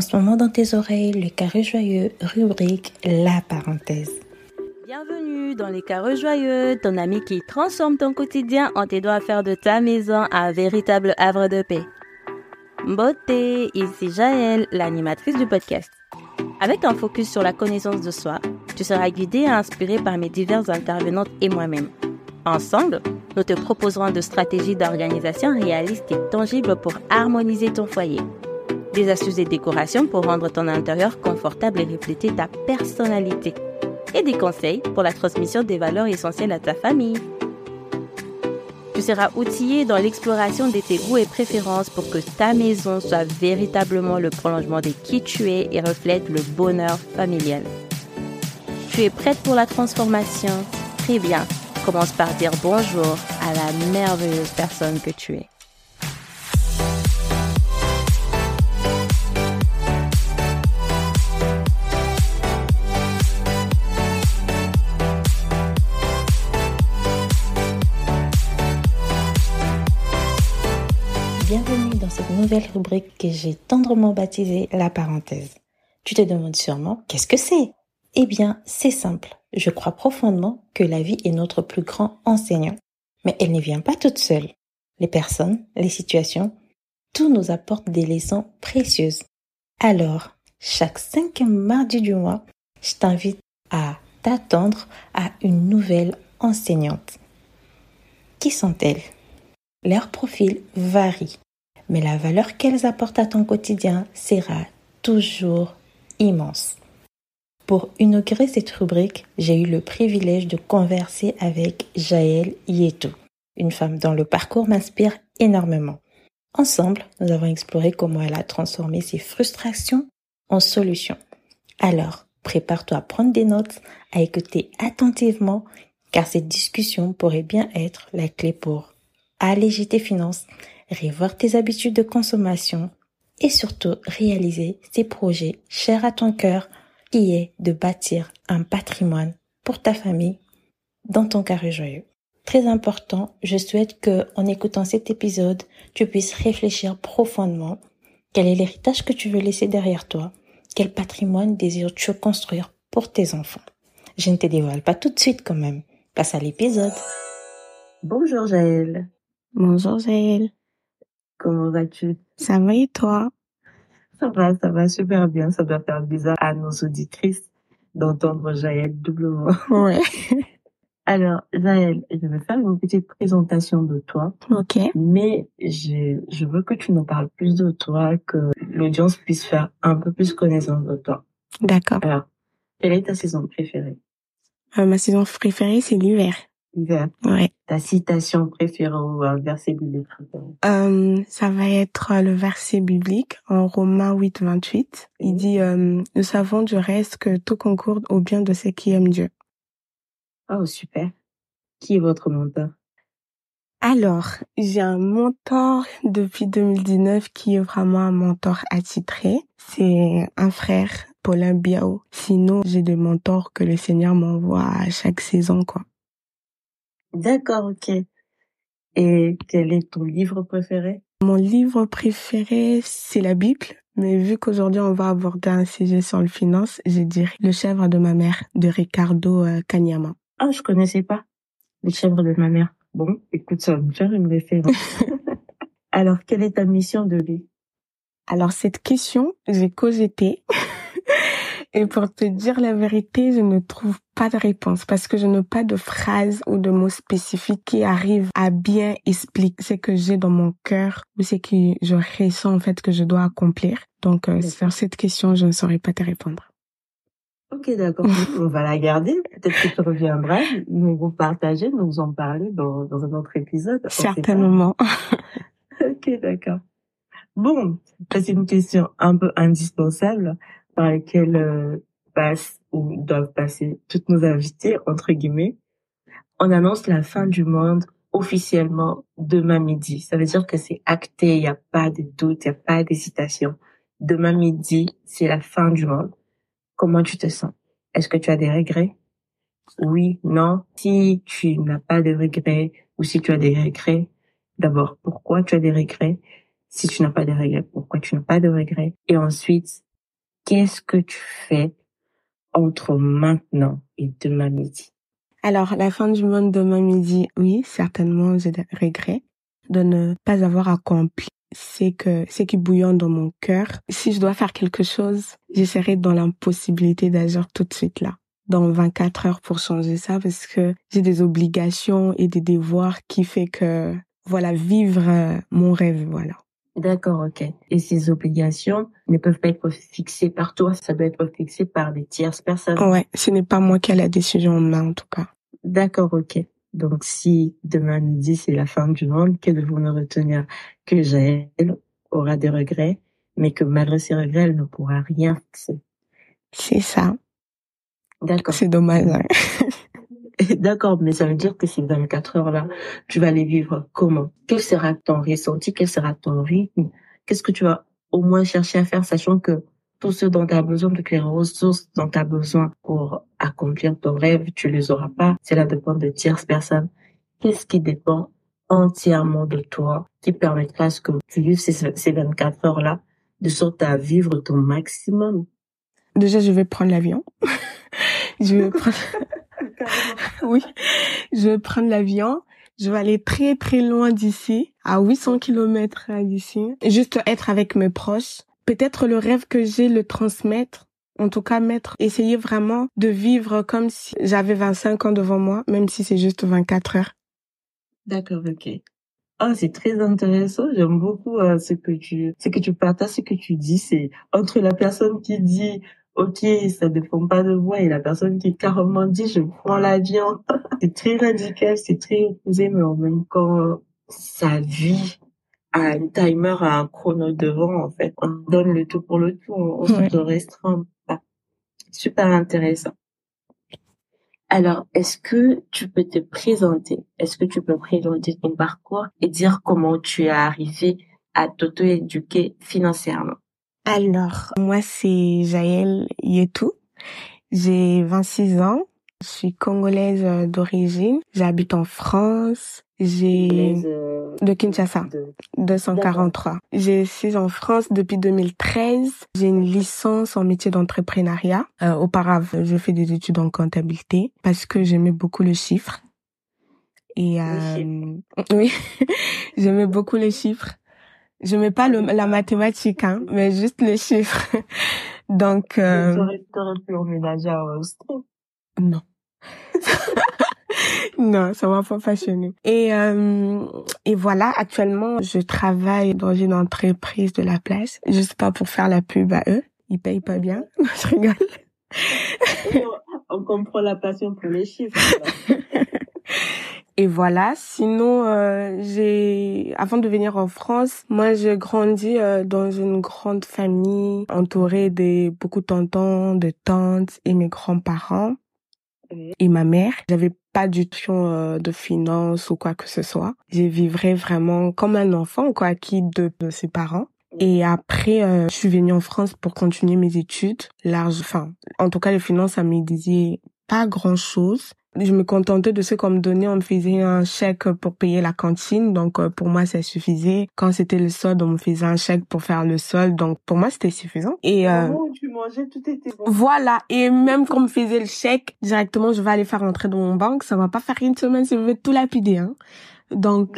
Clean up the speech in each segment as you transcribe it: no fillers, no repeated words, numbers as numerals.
ce moment dans tes oreilles, le carré joyeux, rubrique La parenthèse. Bienvenue dans les carrés joyeux, ton ami qui transforme ton quotidien en t'aidant à faire de ta maison un véritable havre de paix. Beauté, ici Jaël, l'animatrice du podcast. Avec un focus sur la connaissance de soi, tu seras guidée et inspirée par mes diverses intervenantes et moi-même. Ensemble, nous te proposerons de stratégies d'organisation réalistes et tangibles pour harmoniser ton foyer. Des astuces et décorations pour rendre ton intérieur confortable et refléter ta personnalité. Et des conseils pour la transmission des valeurs essentielles à ta famille. Tu seras outillé dans l'exploration de tes goûts et préférences pour que ta maison soit véritablement le prolongement de qui tu es et reflète le bonheur familial. Tu es prête pour la transformation? Très bien. Commence par dire bonjour à la merveilleuse personne que tu es. Bienvenue dans cette nouvelle rubrique que j'ai tendrement baptisée La parenthèse. Tu te demandes sûrement, qu'est-ce que c'est? Eh bien, c'est simple. Je crois profondément que la vie est notre plus grand enseignant. Mais elle ne vient pas toute seule. Les personnes, les situations, tout nous apporte des leçons précieuses. Alors, chaque 5e mardi du mois, je t'invite à t'attendre à une nouvelle enseignante. Qui sont-elles? Leur profil varie, mais la valeur qu'elles apportent à ton quotidien sera toujours immense. Pour inaugurer cette rubrique, j'ai eu le privilège de converser avec Jaël Yetou, une femme dont le parcours m'inspire énormément. Ensemble, nous avons exploré comment elle a transformé ses frustrations en solutions. Alors, prépare-toi à prendre des notes, à écouter attentivement, car cette discussion pourrait bien être la clé pour alléger tes finances, revoir tes habitudes de consommation et surtout réaliser ces projets chers à ton cœur qui est de bâtir un patrimoine pour ta famille dans ton carré joyeux. Très important, je souhaite que, en écoutant cet épisode, tu puisses réfléchir profondément. Quel est l'héritage que tu veux laisser derrière toi? Quel patrimoine désires-tu construire pour tes enfants? Je ne te dévoile pas tout de suite quand même. Passe à l'épisode. Bonjour Jaël. Bonjour Jaël. Comment vas-tu? Ça va et toi? Ça va super bien. Ça doit faire bizarre à nos auditrices d'entendre Jaël doublement. Ouais. Alors, Jaël, je vais faire une petite présentation de toi. Ok. Mais je veux que tu nous parles plus de toi, que l'audience puisse faire un peu plus connaissance de toi. D'accord. Alors, quelle est ta saison préférée? Ma saison préférée, c'est l'hiver. L'hiver. Ouais. Ta citation préférée ou un verset biblique préféré? Ça va être le verset biblique en Romains 8:28. Il dit nous savons du reste que tout concourt au bien de ceux qui aiment Dieu. Oh, super. Qui est votre mentor? Alors, j'ai un mentor depuis 2019 qui est vraiment un mentor attitré. C'est un frère, Paulin Biao. Sinon, j'ai des mentors que le Seigneur m'envoie à chaque saison, quoi. D'accord, ok. Et quel est ton livre préféré? Mon livre préféré, c'est la Bible. Mais vu qu'aujourd'hui, on va aborder un sujet sur le finance, je dirais Le chèvre de ma mère de Ricardo Kanyama. Ah, je connaissais pas Le chèvre de ma mère. Bon, écoute, ça va me faire une référence. Alors, quelle est ta mission de vie? Alors, cette question, j'ai cogité. Et pour te dire la vérité, je ne trouve pas de réponse parce que je n'ai pas de phrase ou de mots spécifiques qui arrivent à bien expliquer ce que j'ai dans mon cœur ou ce que je ressens en fait que je dois accomplir. Donc, sur cette question, je ne saurais pas te répondre. Ok, d'accord. On va la garder. Peut-être que tu reviendras nous partager, nous en parler dans un autre épisode. Certainement. Ok, d'accord. Bon, ça c'est une question un peu indispensable par laquelle passent ou doivent passer toutes nos invités, entre guillemets. On annonce la fin du monde officiellement demain midi. Ça veut dire que c'est acté, il n'y a pas de doute, il n'y a pas d'hésitation. Demain midi, c'est la fin du monde. Comment tu te sens? Est-ce que tu as des regrets? Oui, non. Si tu n'as pas de regrets ou si tu as des regrets, d'abord, pourquoi tu as des regrets? Si tu n'as pas de regrets, pourquoi tu n'as pas de regrets? Et ensuite, qu'est-ce que tu fais entre maintenant et demain midi? Alors, la fin du monde demain midi, oui, certainement, j'ai des regrets de ne pas avoir accompli ce qui bouillonne dans mon cœur. Si je dois faire quelque chose, j'essaierai dans l'impossibilité d'agir tout de suite là, dans 24 heures pour changer ça, parce que j'ai des obligations et des devoirs qui fait que, voilà, vivre mon rêve, voilà. D'accord, ok. Et ces obligations ne peuvent pas être fixées par toi, ça doit être fixé par des tierces personnes. Ouais, ce n'est pas moi qui ai la décision en main, en tout cas. D'accord, ok. Donc, si demain midi, c'est la fin du monde, que devons-nous retenir? Que Jaël aura des regrets, mais que malgré ses regrets, elle ne pourra rien fixer. C'est ça. D'accord. C'est dommage, hein. D'accord, mais ça veut dire que ces 24 heures-là, tu vas les vivre comment? Quel sera ton ressenti? Quel sera ton rythme? Qu'est-ce que tu vas au moins chercher à faire, sachant que tout ce dont tu as besoin, toutes les ressources dont tu as besoin pour accomplir ton rêve, tu les auras pas. Cela dépend de tierces personnes. Qu'est-ce qui dépend entièrement de toi, qui permettra à ce que tu vives ces 24 heures-là, de sorte à vivre ton maximum? Déjà, je vais prendre l'avion. Je vais prendre... Oui, je vais prendre l'avion. Je vais aller très très loin d'ici, à 800 kilomètres d'ici. Juste être avec mes proches. Peut-être le rêve que j'ai, le transmettre. En tout cas, essayer vraiment de vivre comme si j'avais 25 ans devant moi, même si c'est juste 24 heures. D'accord, ok. Ah, c'est très intéressant. J'aime beaucoup ce que tu partages, ce que tu dis. C'est entre la personne qui dit OK, ça dépend pas de moi, et la personne qui carrément dit je prends l'avion. C'est très radical, c'est très opposé, mais en même temps, ça vit à un timer, à un chrono devant, en fait. On donne le tout pour le tout, on se restreint pas. Super intéressant. Alors, est-ce que tu peux te présenter? Est-ce que tu peux présenter ton parcours et dire comment tu es arrivé à t'auto-éduquer financièrement? Alors, moi, c'est Jaël Yetou. J'ai 26 ans. Je suis congolaise d'origine. J'habite en France. De Kinshasa. 243. Je suis en France depuis 2013. J'ai une licence en métier d'entrepreneuriat. Auparavant, je fais des études en comptabilité parce que j'aimais beaucoup le chiffre. Et oui, j'aimais beaucoup les chiffres. J'aimais pas la mathématique, hein, mais juste les chiffres. Donc, t'aurais pu emménager à Austrie. Non. Non, ça m'a pas passionné. Et voilà, actuellement, je travaille dans une entreprise de la place. Juste pas pour faire la pub à eux. Ils payent pas bien. Je rigole. On comprend la passion pour les chiffres. Et voilà, sinon, avant de venir en France, moi, j'ai grandi dans une grande famille entourée de beaucoup de tontons, de tantes et mes grands-parents et ma mère. J'avais pas du tout de finances ou quoi que ce soit. Je vivrais vraiment comme un enfant, quoi, acquis de ses parents. Et après, je suis venue en France pour continuer mes études. En tout cas, les finances, ça me disait pas grand-chose. Je me contentais de ce qu'on me donnait. On me faisait un chèque pour payer la cantine. Donc, pour moi, ça suffisait. Quand c'était le solde, on me faisait un chèque pour faire le solde. Donc, pour moi, c'était suffisant. Et, au moment où tu mangeais, tout était bon. Voilà. Et même quand on me faisait le chèque, directement, je vais aller faire rentrer dans mon banque. Ça va pas faire une semaine, je vais tout lapider, hein. Donc,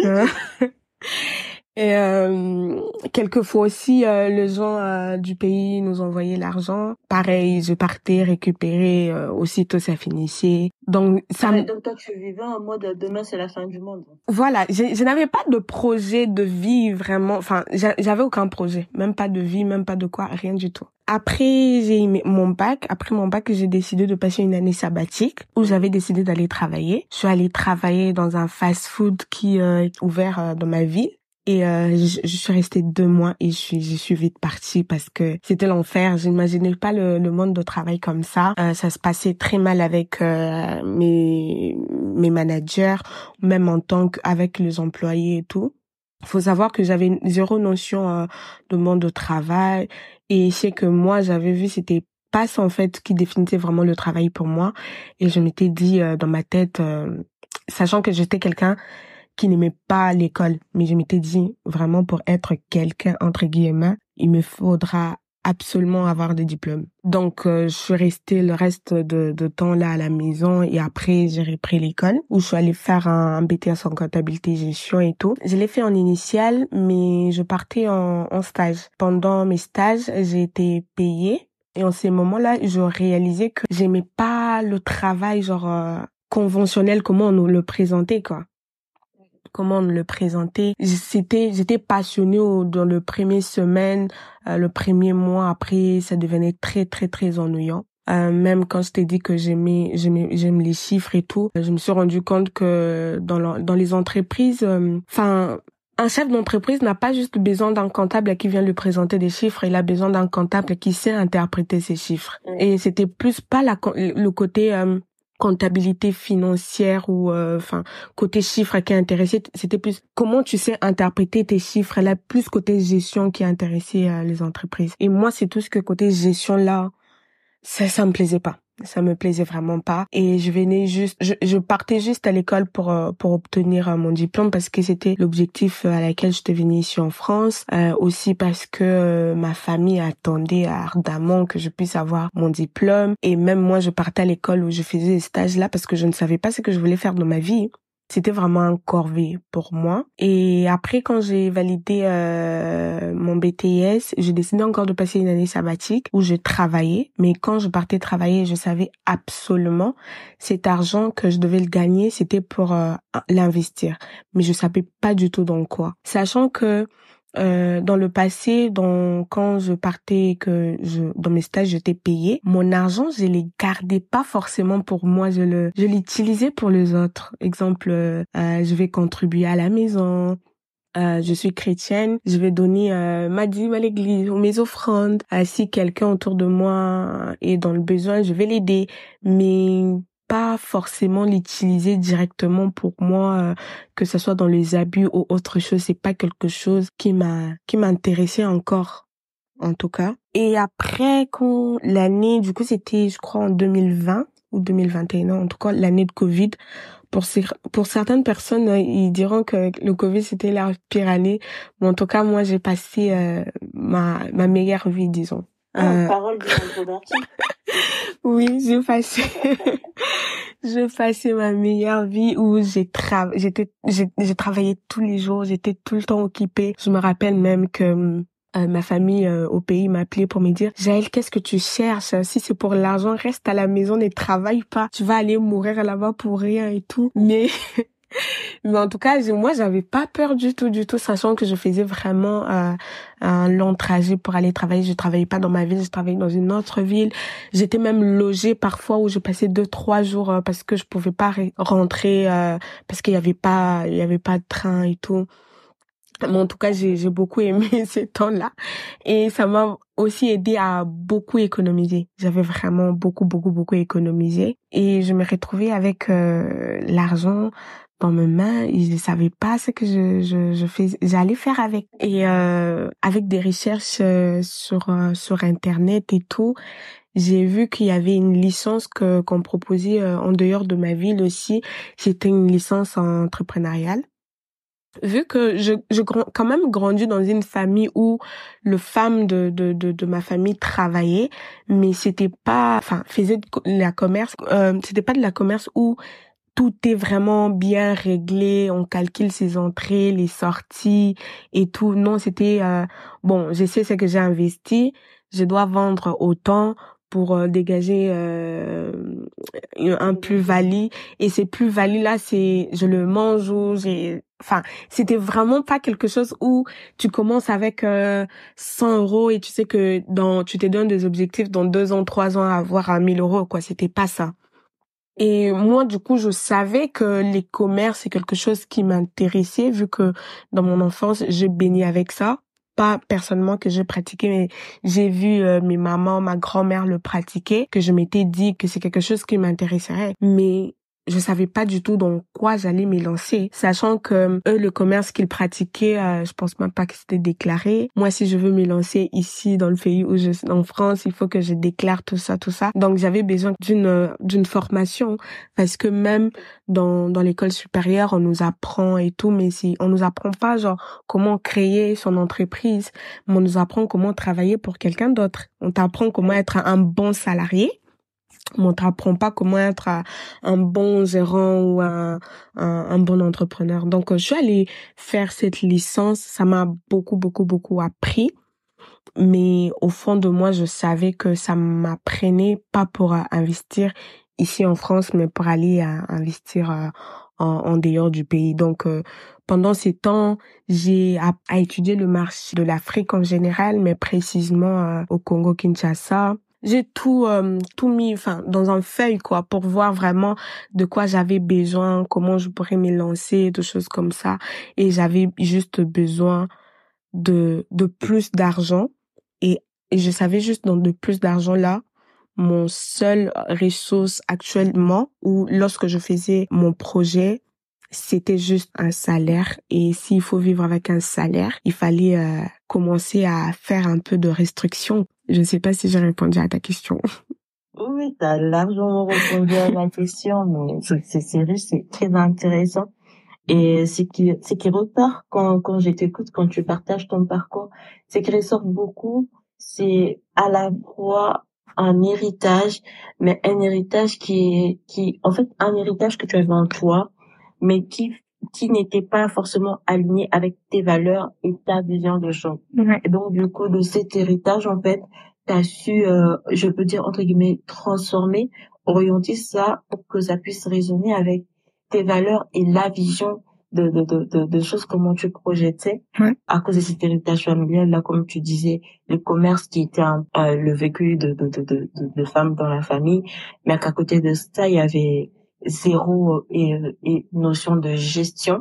et quelquefois aussi, les gens du pays nous envoyaient l'argent. Pareil, je partais récupérer, aussitôt ça finissait. Donc donc toi tu vivais en mode demain c'est la fin du monde. Voilà, je n'avais pas de projet de vie vraiment. Enfin, j'avais aucun projet, même pas de vie, même pas de quoi, rien du tout. Après, j'ai eu mon bac. Après mon bac, j'ai décidé de passer une année sabbatique où j'avais décidé d'aller travailler. Je suis allée travailler dans un fast-food qui est ouvert dans ma ville. Et je suis restée 2 mois et je suis vite partie parce que c'était l'enfer. J'imaginais pas le monde de travail comme ça. Ça se passait très mal avec mes managers, même en tant qu'avec les employés et tout. Faut savoir que j'avais zéro notion de monde de travail et c'est que moi j'avais vu c'était pas ça en fait qui définissait vraiment le travail pour moi. Et je m'étais dit dans ma tête, sachant que j'étais quelqu'un qui n'aimait pas l'école, mais je m'étais dit vraiment pour être quelqu'un entre guillemets, il me faudra absolument avoir des diplômes. Donc, je suis restée le reste de temps là à la maison et après, j'ai repris l'école où je suis allée faire un BTS en comptabilité, gestion et tout. Je l'ai fait en initial, mais je partais en stage. Pendant mes stages, j'ai été payée et en ces moments-là, je réalisais que j'aimais pas le travail conventionnel, comment on nous le présentait, quoi. Comment on me le présentait. J'étais passionnée dans le premier semaine, le premier mois. Après, ça devenait très, très, très ennuyant. Même quand je t'ai dit que j'aime les chiffres et tout, je me suis rendu compte que dans les entreprises, un chef d'entreprise n'a pas juste besoin d'un comptable qui vient lui présenter des chiffres, il a besoin d'un comptable qui sait interpréter ces chiffres. Et c'était plus pas le côté comptabilité financière ou côté chiffres qui intéressait, c'était plus comment tu sais interpréter tes chiffres, là plus côté gestion qui intéressait les entreprises. Et moi c'est tout ce que côté gestion là, ça me plaisait pas. Ça me plaisait vraiment pas et je partais juste à l'école pour obtenir mon diplôme parce que c'était l'objectif à laquelle je venue ici en France, aussi parce que ma famille attendait ardemment que je puisse avoir mon diplôme et même moi je partais à l'école où je faisais des stages là parce que je ne savais pas ce que je voulais faire dans ma vie. C'était vraiment un corvée pour moi. Et après, quand j'ai validé mon BTS, j'ai décidé encore de passer une année sabbatique où je travaillais. Mais quand je partais travailler, je savais absolument cet argent que je devais le gagner, c'était pour l'investir. Mais je savais pas du tout dans quoi. Sachant que dans le passé, quand je partais, dans mes stages, j'étais payée. Mon argent, je les gardais pas forcément pour moi. Je l'utilisais pour les autres. Exemple, je vais contribuer à la maison. Je suis chrétienne, je vais donner ma dîme à l'église ou mes offrandes. Si quelqu'un autour de moi est dans le besoin, je vais l'aider. Mais pas forcément l'utiliser directement pour moi, que ce soit dans les abus ou autre chose. C'est pas quelque chose qui m'intéressait encore, en tout cas. Et après, quand l'année, du coup, c'était, je crois, en 2020 ou 2021, en tout cas, l'année de Covid. Pour certaines personnes, ils diront que le Covid, c'était la pire année. Mais en tout cas, moi, j'ai passé ma meilleure vie, disons. Parole de l'introvertie. Oui, j'ai passé ma meilleure vie où j'ai travaillé tous les jours, j'étais tout le temps occupée. Je me rappelle même que ma famille au pays m'appelait pour me dire Jaël, qu'est-ce que tu cherches? Si c'est pour l'argent, reste à la maison, ne travaille pas. Tu vas aller mourir là-bas pour rien et tout. Mais en tout cas, moi, j'avais pas peur du tout, sachant que je faisais vraiment un long trajet pour aller travailler. Je travaillais pas dans ma ville, je travaillais dans une autre ville. J'étais même logée parfois où je passais 2-3 jours parce que je pouvais pas rentrer parce qu'il y avait pas de train et tout. Mais en tout cas, j'ai beaucoup aimé ces temps-là et ça m'a aussi aidé à beaucoup économiser. J'avais vraiment beaucoup économisé et je me retrouvais avec l'argent dans mes mains et je savais pas ce que j'allais faire avec. Et avec des recherches sur internet et tout, j'ai vu qu'il y avait une licence qu'on proposait en dehors de ma ville aussi. C'était une licence entrepreneuriale. Vu que je quand même grandi dans une famille où le femme de ma famille travaillait, mais c'était pas, faisait de la commerce, c'était pas de la commerce où tout est vraiment bien réglé, on calcule ses entrées, les sorties et tout. Non, c'était bon, je sais ce que j'ai investi, je dois vendre autant pour dégager un plus-value, et ces plus-values là, je le mange ou c'était vraiment pas quelque chose où tu commences avec 100 € et tu sais que tu te donnes des objectifs dans 2 ans, 3 ans à avoir 1 000 €, quoi. C'était pas ça. Et moi, du coup, je savais que les commerces, c'est quelque chose qui m'intéressait, vu que dans mon enfance, j'ai baigné avec ça. Pas personnellement que j'ai pratiqué, mais j'ai vu mes mamans, ma grand-mère le pratiquer, que je m'étais dit que c'est quelque chose qui m'intéresserait. Mais je savais pas du tout dans quoi j'allais me lancer, sachant que eux, le commerce qu'ils pratiquaient, je pense même pas que c'était déclaré. Moi, si je veux me lancer ici dans le pays où je suis, en France, il faut que je déclare tout ça. Donc, j'avais besoin d'une formation, parce que même dans l'école supérieure, on nous apprend et tout, mais si on nous apprend pas genre comment créer son entreprise, mais on nous apprend comment travailler pour quelqu'un d'autre. On t'apprend comment être un bon salarié. On t'apprend pas comment être un bon gérant ou un bon entrepreneur. Donc, je suis allée faire cette licence. Ça m'a beaucoup appris. Mais au fond de moi, je savais que ça m'apprenait pas pour investir ici en France, mais pour aller investir en dehors du pays. Donc, pendant ces temps, j'ai à étudier le marché de l'Afrique en général, mais précisément au Congo-Kinshasa. J'ai tout mis dans un feuille pour voir vraiment de quoi j'avais besoin, comment je pourrais me lancer, des choses comme ça, et j'avais juste besoin de plus d'argent, et je savais juste dans de plus d'argent là, mon seul ressource actuellement, ou lorsque je faisais mon projet, c'était juste un salaire. Et s'il faut vivre avec un salaire, il fallait commencer à faire un peu de restrictions. Je ne sais pas si j'ai répondu à ta question. Oui, t'as largement répondu à ma question, mais c'est riche, c'est très intéressant. Et ce qui repart quand je t'écoute, quand tu partages ton parcours, ce qui ressort beaucoup, c'est à la fois un héritage, mais un héritage en fait, un héritage que tu avais en toi, mais qui n'était pas forcément aligné avec tes valeurs et ta vision des choses. Ouais. Et donc, du coup, de cet héritage, en fait, t'as su, je peux dire, entre guillemets, transformer, orienter ça pour que ça puisse résonner avec tes valeurs et la vision de choses, comment tu projetais, Ouais. à cause de cet héritage familial, là, comme tu disais, le commerce qui était le vécu de femmes dans la famille, mais qu'à côté de ça, il y avait zéro et notion de gestion.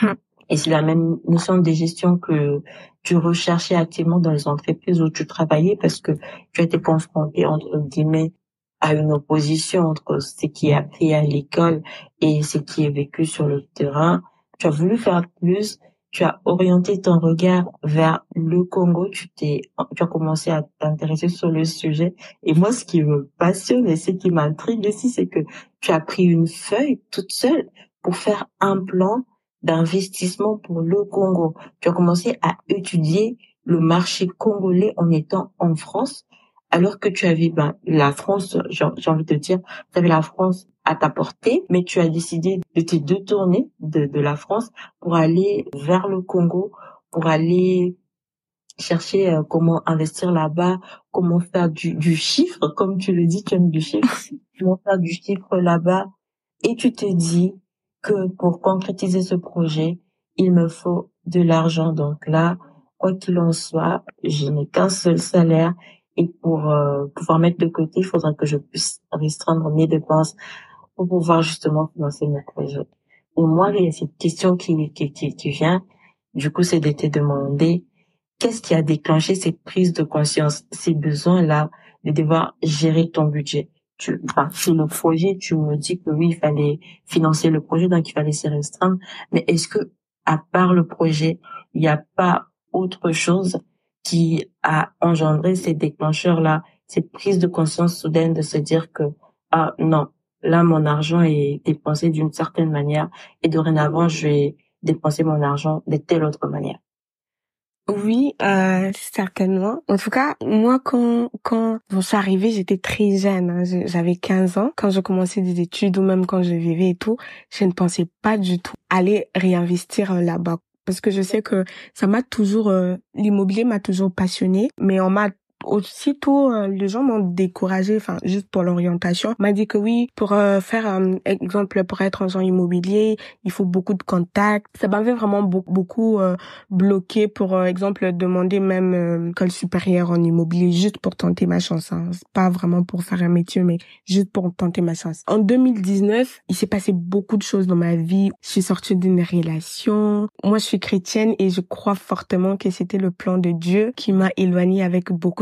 Et c'est la même notion de gestion que tu recherchais activement dans les entreprises où tu travaillais, parce que tu as été confronté, entre guillemets, à une opposition entre ce qui est appris à l'école et ce qui est vécu sur le terrain. Tu as voulu faire plus, tu as orienté ton regard vers le Congo, tu as commencé à t'intéresser sur le sujet. Et moi, ce qui me passionne et ce qui m'intrigue aussi, c'est que tu as pris une feuille toute seule pour faire un plan d'investissement pour le Congo. Tu as commencé à étudier le marché congolais en étant en France, alors que tu avais la France, j'ai envie de te dire, tu avais la France à ta portée, mais tu as décidé de te détourner de la France pour aller vers le Congo, pour aller chercher comment investir là-bas, comment faire du chiffre, comme tu le dis, tu aimes du chiffre, comment faire du chiffre là-bas, et tu te dis que pour concrétiser ce projet, il me faut de l'argent. Donc là, quoi qu'il en soit, je n'ai qu'un seul salaire, et pour pouvoir mettre de côté, il faudra que je puisse restreindre mes dépenses pour pouvoir justement financer mes projets. Et moi, il y a cette question qui vient, du coup, c'est de te demander qu'est-ce qui a déclenché cette prise de conscience, ces besoins-là de devoir gérer ton budget. Sur le projet, tu me dis que oui, il fallait financer le projet, donc il fallait se restreindre. Mais est-ce que, à part le projet, il n'y a pas autre chose qui a engendré ces déclencheurs-là, cette prise de conscience soudaine de se dire que, ah non, là, mon argent est dépensé d'une certaine manière et dorénavant, je vais dépenser mon argent de telle autre manière? Oui, certainement. En tout cas, moi, quand je suis arrivée, j'étais très jeune, hein. J'avais 15 ans. Quand je commençais des études ou même quand je vivais et tout, je ne pensais pas du tout aller réinvestir là-bas. Parce que je sais que ça m'a toujours, l'immobilier m'a toujours passionnée, mais on m'a aussitôt, les gens m'ont découragée, juste pour l'orientation. On m'a dit que oui, pour faire exemple, pour être agent immobilier, il faut beaucoup de contacts. Ça m'avait vraiment beaucoup bloqué pour exemple demander même école supérieure en immobilier juste pour tenter ma chance, hein. C'est pas vraiment pour faire un métier, mais juste pour tenter ma chance. En 2019, il s'est passé beaucoup de choses dans ma vie. Je suis sortie d'une relation. Moi, je suis chrétienne et je crois fortement que c'était le plan de Dieu qui m'a éloignée avec beaucoup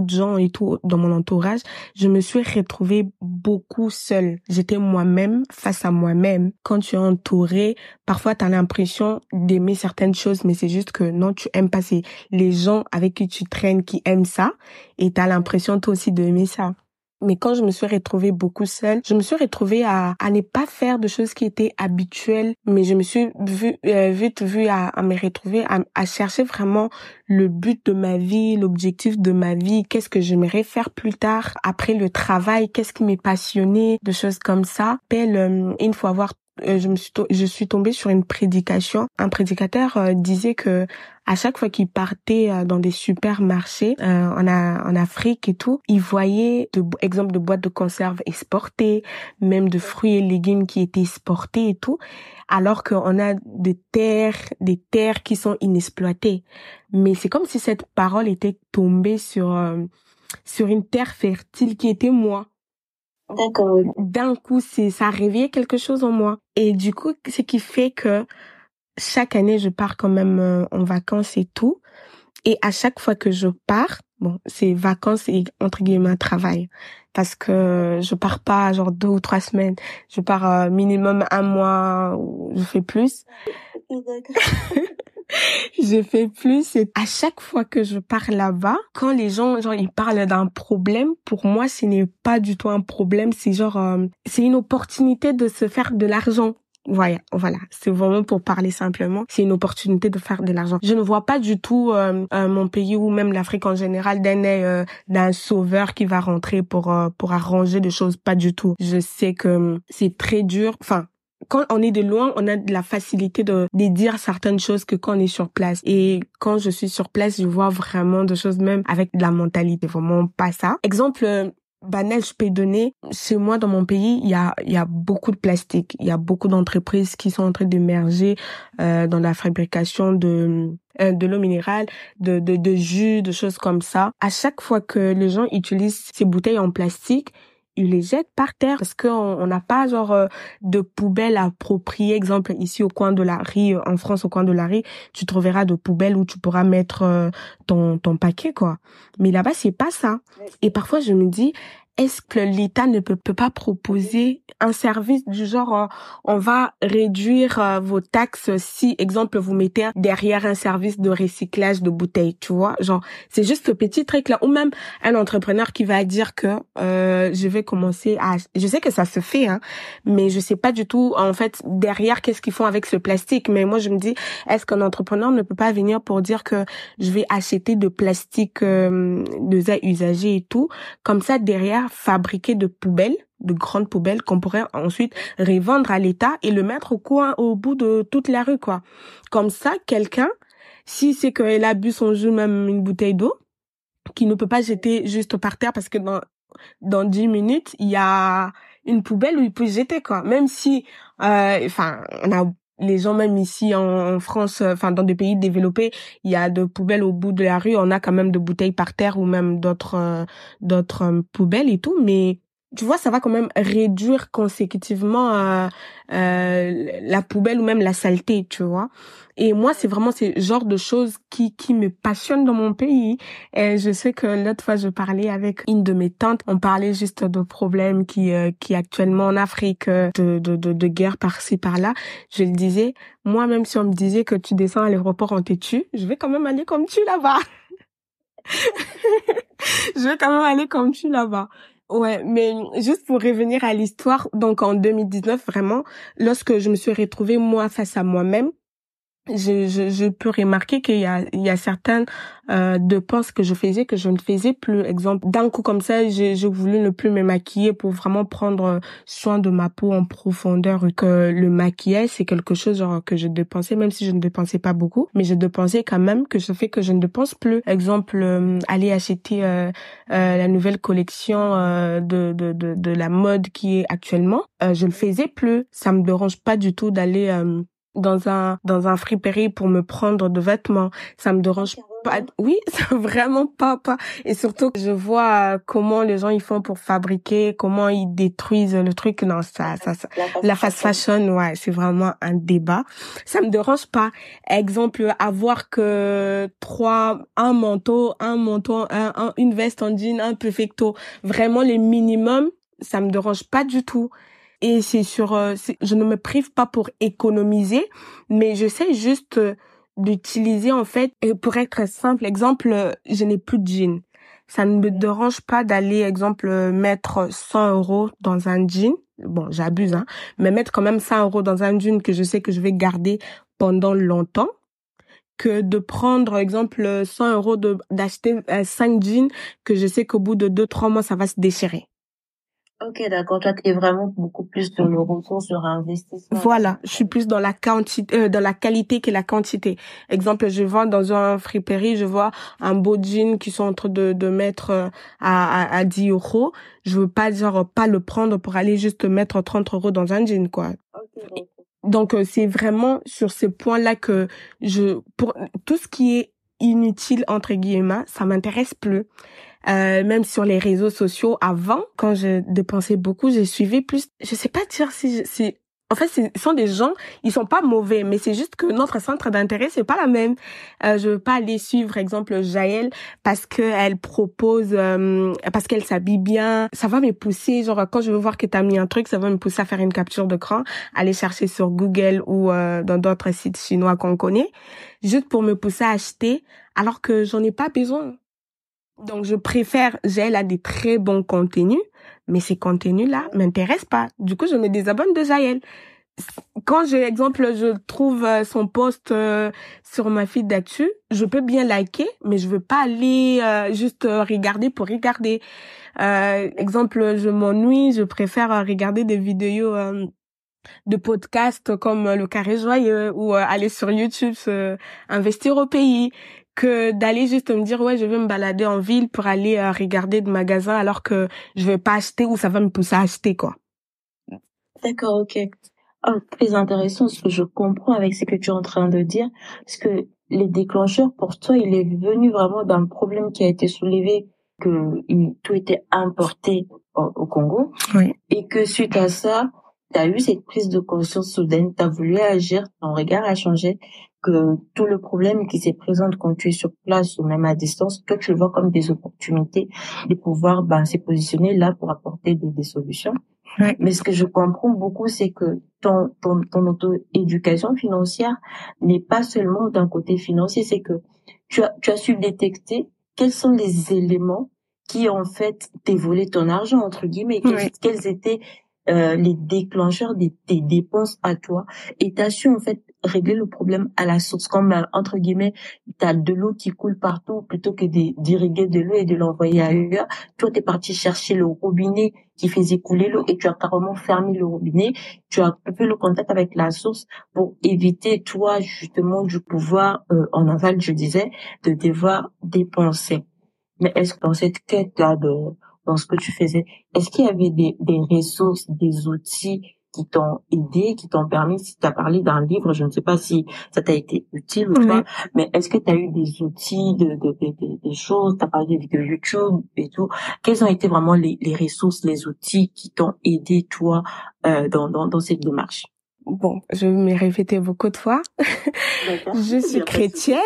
de gens et tout dans mon entourage, je me suis retrouvée beaucoup seule. J'étais moi-même face à moi-même. Quand tu es entourée, parfois tu as l'impression d'aimer certaines choses, mais c'est juste que non, tu aimes pas. C'est les gens avec qui tu traînes qui aiment ça et tu as l'impression toi aussi d'aimer ça. Mais quand je me suis retrouvée beaucoup seule, je me suis retrouvée à ne pas faire de choses qui étaient habituelles, mais je me suis vite vue à me retrouver à chercher vraiment le but de ma vie, l'objectif de ma vie, qu'est-ce que j'aimerais faire plus tard après le travail, qu'est-ce qui m'est passionné, de choses comme ça. Une fois je suis tombée sur une prédication. Un prédicateur disait que à chaque fois qu'il partait dans des supermarchés en Afrique et tout, il voyait exemples de boîtes de conserve exportées, même de fruits et légumes qui étaient exportés et tout, alors qu'on a des terres qui sont inexploitées. Mais c'est comme si cette parole était tombée sur une terre fertile qui était moi. D'accord. D'un coup, ça a réveillé quelque chose en moi. Et du coup, ce qui fait que chaque année, je pars quand même en vacances et tout. Et à chaque fois que je pars, bon, c'est vacances et entre guillemets travail. Parce que je pars pas genre 2 ou 3 semaines. Je pars minimum 1 mois, ou je fais plus. Je fais plus et à chaque fois que je pars là-bas, quand les gens genre ils parlent d'un problème, pour moi ce n'est pas du tout un problème, c'est genre c'est une opportunité de se faire de l'argent. Voilà, c'est vraiment pour parler simplement, c'est une opportunité de faire de l'argent. Je ne vois pas du tout mon pays ou même l'Afrique en général d'un sauveur qui va rentrer pour arranger des choses, pas du tout. Je sais que c'est très dur, enfin quand on est de loin, on a de la facilité de dire certaines choses que quand on est sur place. Et quand je suis sur place, je vois vraiment des choses même avec de la mentalité, vraiment pas ça. Exemple banal, je peux donner. Chez moi, dans mon pays, il y a beaucoup de plastique. Il y a beaucoup d'entreprises qui sont en train d'émerger dans la fabrication de l'eau minérale, de jus, de choses comme ça. À chaque fois que les gens utilisent ces bouteilles en plastique, ils les jettent par terre parce qu'on n'a pas genre de poubelle appropriée. Exemple, ici au coin de la rue, en France, au coin de la rue, tu trouveras de poubelles où tu pourras mettre ton paquet, quoi. Mais là-bas, c'est pas ça. Et parfois, je me dis, est-ce que l'État ne peut pas proposer un service du genre on va réduire vos taxes si, exemple, vous mettez derrière un service de recyclage de bouteilles, tu vois, genre c'est juste ce petit truc là, ou même un entrepreneur qui va dire que je vais commencer à, je sais que ça se fait hein, mais je sais pas du tout en fait derrière qu'est-ce qu'ils font avec ce plastique. Mais moi je me dis, est-ce qu'un entrepreneur ne peut pas venir pour dire que je vais acheter de plastique de usagé et tout, comme ça derrière fabriquer de poubelles, de grandes poubelles qu'on pourrait ensuite revendre à l'État et le mettre au bout de toute la rue, quoi. Comme ça, quelqu'un, si c'est qu'elle a bu son jus, même une bouteille d'eau, qui ne peut pas jeter juste par terre parce que dans 10 minutes, il y a une poubelle où il peut jeter, quoi. Même si, on a les gens même ici en France, dans des pays développés, il y a de poubelles au bout de la rue, on a quand même de bouteilles par terre ou même d'autres poubelles et tout, mais tu vois, ça va quand même réduire consécutivement la poubelle ou même la saleté, tu vois. Et moi, c'est vraiment ce genre de choses qui me passionnent dans mon pays. Et je sais que l'autre fois, je parlais avec une de mes tantes. On parlait juste de problèmes qui actuellement en Afrique, de guerre par-ci, par-là. Je le disais, moi, même si on me disait que tu descends à l'aéroport, on te tue, je vais quand même aller comme tu là-bas. Je vais quand même aller comme tu là-bas. Ouais, mais juste pour revenir à l'histoire, donc en 2019, vraiment, lorsque je me suis retrouvée moi face à moi-même, je peux remarquer qu'il y a certaines dépenses que je faisais que je ne faisais plus. Exemple, d'un coup comme ça, j'ai voulu ne plus me maquiller pour vraiment prendre soin de ma peau en profondeur. Que le maquillage, c'est quelque chose genre que je dépensais, même si je ne dépensais pas beaucoup, mais je dépensais quand même, que je fais que je ne dépense plus. Exemple, aller acheter la nouvelle collection de la mode qui est actuellement, je le faisais plus. Ça me dérange pas du tout d'aller dans un friperie pour me prendre de vêtements. Ça me dérange pas. Oui, c'est vraiment pas. Et surtout, je vois comment les gens ils font pour fabriquer, comment ils détruisent le truc. Non, ça. La fast fashion, ouais, c'est vraiment un débat. Ça me dérange pas. Exemple, avoir que un manteau, une veste en jean, un perfecto. Vraiment les minimums, ça me dérange pas du tout. Et je ne me prive pas pour économiser, mais je sais juste d'utiliser en fait, et pour être simple, exemple, je n'ai plus de jean. Ça ne me dérange pas d'aller, exemple, mettre 100 € dans un jean. Bon, j'abuse, hein, mais mettre quand même 100 € dans un jean que je sais que je vais garder pendant longtemps, que de prendre, exemple, 100 € d'acheter 5 jeans que je sais qu'au bout de 2-3 mois, ça va se déchirer. Ok, d'accord. Toi, tu es vraiment beaucoup plus sur le retour sur investissement. Voilà, je suis plus dans la quantité, dans la qualité que la quantité. Exemple, je vois dans un friperie, je vois un beau jean qui sont en train de mettre à 10 €. Je veux pas pas le prendre pour aller juste mettre 30 € dans un jean, quoi. Okay. Donc c'est vraiment sur ces points-là que pour tout ce qui est inutile entre guillemets, ça m'intéresse plus. Même sur les réseaux sociaux avant, quand je dépensais beaucoup, je suivais plus, je sais pas dire si en fait, ce sont des gens, ils sont pas mauvais, mais c'est juste que notre centre d'intérêt, c'est pas la même. Je veux pas aller suivre, exemple, Jaël, parce que elle propose, parce qu'elle s'habille bien. Ça va me pousser, genre, quand je veux voir que t'as mis un truc, ça va me pousser à faire une capture d'écran, aller chercher sur Google ou dans d'autres sites chinois qu'on connaît, juste pour me pousser à acheter, alors que j'en ai pas besoin. Donc, je préfère, Jaël a des très bons contenus, mais ces contenus-là m'intéressent pas. Du coup, je me désabonne de Jaël. Quand je trouve son post sur ma feed d'actu, je peux bien liker, mais je veux pas aller juste regarder pour regarder. Exemple, je m'ennuie, je préfère regarder des vidéos de podcasts comme Le Carré Joyeux ou aller sur YouTube, investir au pays, que d'aller juste me dire ouais je vais me balader en ville pour aller regarder de magasins alors que je vais pas acheter ou ça va me pousser à acheter, quoi. D'accord, ok. Oh, très intéressant ce que je comprends avec ce que tu es en train de dire, parce que les déclencheurs pour toi, il est venu vraiment d'un problème qui a été soulevé, que tout était importé au Congo, Oui. Et que suite à ça, tu as eu cette prise de conscience soudaine, tu as voulu agir, ton regard a changé, que tout le problème qui se présente quand tu es sur place ou même à distance, toi tu le vois comme des opportunités de pouvoir se positionner là pour apporter des solutions. Ouais. Mais ce que je comprends beaucoup, c'est que ton auto-éducation financière n'est pas seulement d'un côté financier, c'est que tu as su détecter quels sont les éléments qui en fait t'ont volé ton argent, entre guillemets, quels étaient les déclencheurs de tes dépenses à toi, et t'as su en fait régler le problème à la source, comme entre guillemets t'as de l'eau qui coule partout, plutôt que d'irriguer de l'eau et de l'envoyer ailleurs. Toi t'es parti chercher le robinet qui faisait couler l'eau et tu as carrément fermé le robinet, tu as coupé le contact avec la source pour éviter toi justement du pouvoir en aval, je disais, de devoir dépenser. Mais est-ce que dans cette quête-là dans ce que tu faisais, est-ce qu'il y avait des ressources, des outils qui t'ont aidé, qui t'ont permis, si tu as parlé d'un livre, je ne sais pas si ça t'a été utile ou pas, mais est-ce que tu as eu des outils, des choses, tu as parlé de YouTube et tout, quelles ont été vraiment les ressources, les outils qui t'ont aidé toi dans cette démarche? Bon, je vais me répéter beaucoup de fois. Je suis chrétienne.